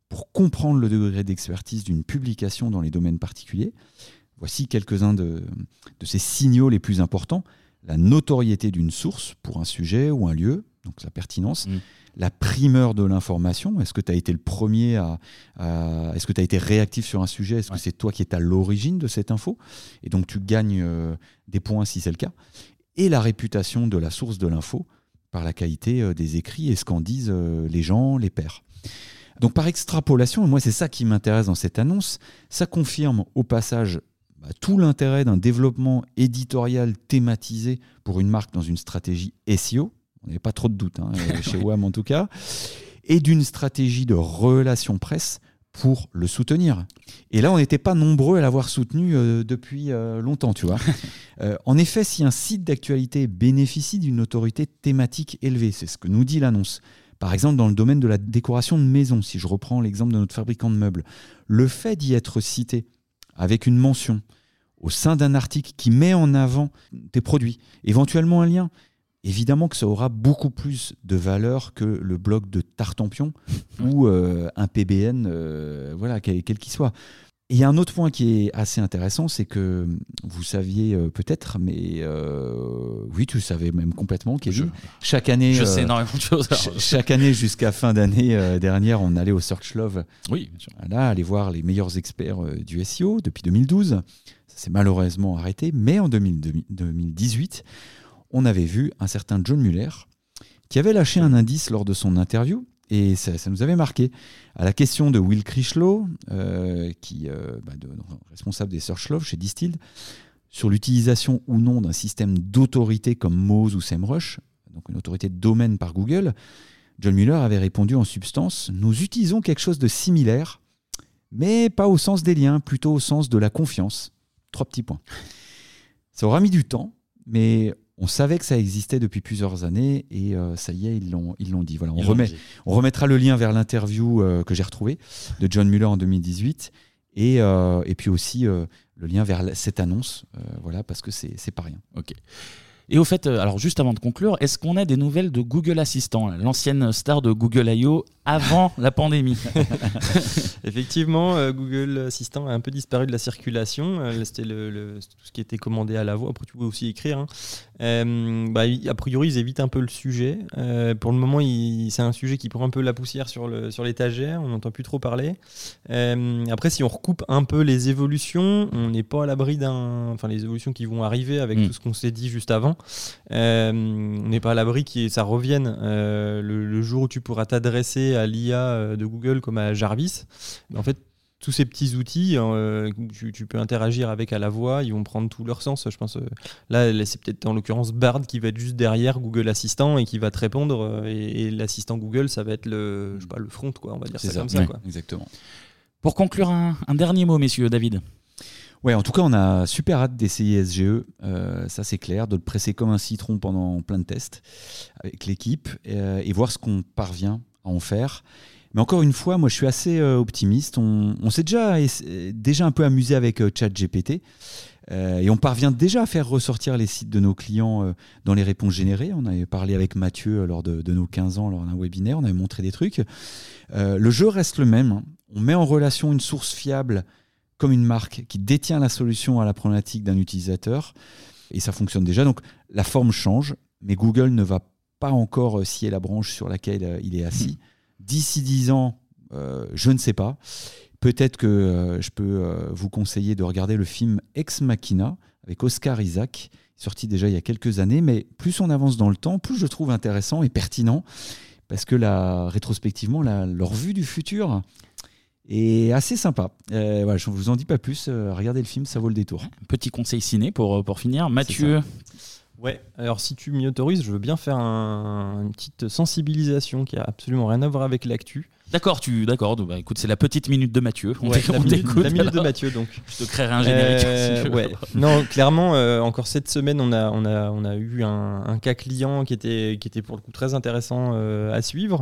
pour comprendre le degré d'expertise d'une publication dans les domaines particuliers. Voici quelques-uns de ces signaux les plus importants. La notoriété d'une source pour un sujet ou un lieu, donc sa pertinence. La primeur de l'information. Est-ce que tu as été le premier est-ce que tu as été réactif sur un sujet? Est-ce que c'est toi qui es à l'origine de cette info? Et donc tu gagnes des points si c'est le cas. Et la réputation de la source de l'info par la qualité des écrits et ce qu'en disent les gens, les pairs. Donc par extrapolation, moi c'est ça qui m'intéresse dans cette annonce, ça confirme au passage tout l'intérêt d'un développement éditorial thématisé pour une marque dans une stratégie SEO, on n'avait pas trop de doutes chez WAM en tout cas, et d'une stratégie de relations presse pour le soutenir. Et là, on n'était pas nombreux à l'avoir soutenu depuis longtemps, tu vois. En effet, si un site d'actualité bénéficie d'une autorité thématique élevée, c'est ce que nous dit l'annonce, par exemple dans le domaine de la décoration de maison, si je reprends l'exemple de notre fabricant de meubles, le fait d'y être cité avec une mention au sein d'un article qui met en avant tes produits, éventuellement un lien, évidemment que ça aura beaucoup plus de valeur que le blog de Tartampion ou un PBN, quel qu'il soit. Et il y a un autre point qui est assez intéressant, c'est que vous saviez peut-être, mais oui, tu savais même complètement, Kevin. Chaque année, je sais énormément de choses. Chaque année, jusqu'à fin d'année dernière, on allait au Search Love. Oui, bien sûr. Là, aller voir les meilleurs experts du SEO depuis 2012. Ça s'est malheureusement arrêté, mais en 2018, on avait vu un certain John Muller qui avait lâché un indice lors de son interview. Et ça nous avait marqué. À la question de Will Critchlow, responsable des Search Love chez Distilled, sur l'utilisation ou non d'un système d'autorité comme Moz ou SEMrush, donc une autorité de domaine par Google, John Muller avait répondu en substance « Nous utilisons quelque chose de similaire, mais pas au sens des liens, plutôt au sens de la confiance. » 3 petits points. Ça aura mis du temps, mais on savait que ça existait depuis plusieurs années et ça y est, ils l'ont dit. Voilà, on remettra le lien vers l'interview que j'ai retrouvée de John Muller en 2018 et puis aussi le lien vers cette annonce, parce que c'est pas rien. Ok. Et au fait, alors juste avant de conclure, est-ce qu'on a des nouvelles de Google Assistant, l'ancienne star de Google I.O. avant la pandémie? Effectivement, Google Assistant a un peu disparu de la circulation. C'était tout ce qui était commandé à la voix. Après, tu pouvais aussi écrire. A priori, ils évitent un peu le sujet. Pour le moment, c'est un sujet qui prend un peu la poussière sur l'étagère. On n'entend plus trop parler. Après, si on recoupe un peu les évolutions, on n'est pas à l'abri les évolutions qui vont arriver avec tout ce qu'on s'est dit juste avant. On n'est pas à l'abri que ça revienne le jour où tu pourras t'adresser à l'IA de Google comme à Jarvis. En fait, tous ces petits outils, tu peux interagir avec à la voix, ils vont prendre tout leur sens. Je pense là, c'est peut-être en l'occurrence Bard qui va être juste derrière Google Assistant et qui va te répondre. Et l'assistant Google, ça va être le front, quoi. On va dire ça comme ça. Quoi. Exactement. Pour conclure, un dernier mot, messieurs, David. Ouais, en tout cas, on a super hâte d'essayer SGE, ça c'est clair, de le presser comme un citron pendant plein de tests avec l'équipe et voir ce qu'on parvient à en faire. Mais encore une fois, moi je suis assez optimiste. On s'est déjà un peu amusé avec ChatGPT et on parvient déjà à faire ressortir les sites de nos clients dans les réponses générées. On avait parlé avec Mathieu lors de nos 15 ans, lors d'un webinaire, on avait montré des trucs. Le jeu reste le même. On met en relation une source fiable comme une marque qui détient la solution à la problématique d'un utilisateur. Et ça fonctionne déjà. Donc la forme change, mais Google ne va pas encore scier la branche sur laquelle il est assis. D'ici 10 ans, je ne sais pas. Peut-être que je peux vous conseiller de regarder le film Ex Machina avec Oscar Isaac, sorti déjà il y a quelques années. Mais plus on avance dans le temps, plus je trouve intéressant et pertinent. Parce que rétrospectivement, leur vue du futur est assez sympa. Je ne vous en dis pas plus. Regardez le film, ça vaut le détour. Petit conseil ciné pour finir. Mathieu. Ouais, alors si tu m'y autorises, je veux bien faire une petite sensibilisation qui a absolument rien à voir avec l'actu. D'accord. Bah, écoute, c'est la petite minute de Mathieu. La minute de Mathieu, donc. Je te créerai un générique. Si tu veux. Ouais. Non, clairement, encore cette semaine, on a eu un cas client qui était pour le coup très intéressant à suivre,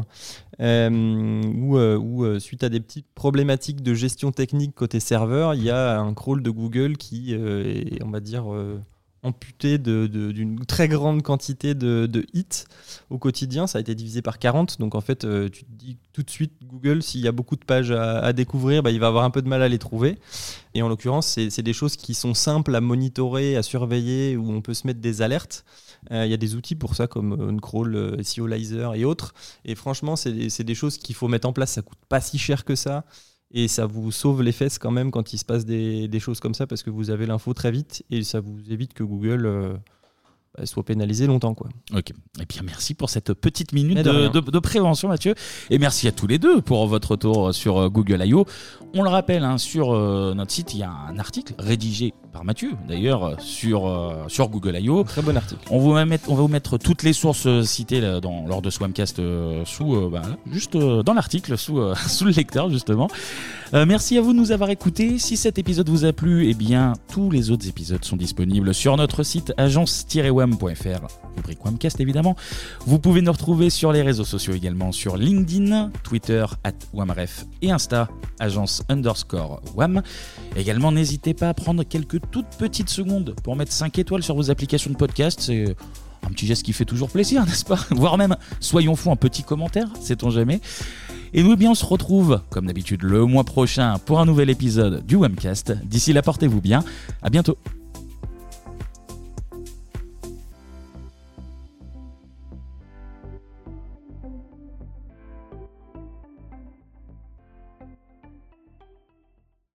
où suite à des petites problématiques de gestion technique côté serveur, il y a un crawl de Google qui est, on va dire, amputé d'une très grande quantité de hits au quotidien. Ça a été divisé par 40. Donc en fait, tu te dis tout de suite, Google, s'il y a beaucoup de pages à découvrir, il va avoir un peu de mal à les trouver. Et en l'occurrence, c'est des choses qui sont simples à monitorer, à surveiller, où on peut se mettre des alertes. Il y a des outils pour ça comme OnCrawl, SEOlizer et autres. Et franchement, c'est des choses qu'il faut mettre en place. Ça coûte pas si cher que ça. Et ça vous sauve les fesses quand même quand il se passe des choses comme ça, parce que vous avez l'info très vite et ça vous évite que Google soit pénalisé longtemps, quoi. Ok. Et bien merci pour cette petite minute de prévention, Mathieu. Et merci à tous les deux pour votre retour sur Google I.O. On le rappelle, sur notre site, il y a un article rédigé par Mathieu, d'ailleurs, sur Google I.O. Très bon article. On va vous mettre toutes les sources citées là, lors de ce Webcast juste dans l'article, sous le lecteur, justement. Merci à vous de nous avoir écoutés. Si cet épisode vous a plu, tous les autres épisodes sont disponibles sur notre site agence-wam.fr, rubrique Wamcast évidemment. Vous pouvez nous retrouver sur les réseaux sociaux également, sur LinkedIn, Twitter @wamref et Insta agence_wam. Également, n'hésitez pas à prendre quelques toutes petites secondes pour mettre 5 étoiles sur vos applications de podcast. C'est un petit geste qui fait toujours plaisir, n'est-ce pas? Voire même, soyons fous, un petit commentaire, sait-on jamais. Et nous, on se retrouve, comme d'habitude, le mois prochain pour un nouvel épisode du Wamcast. D'ici là, portez-vous bien. À bientôt.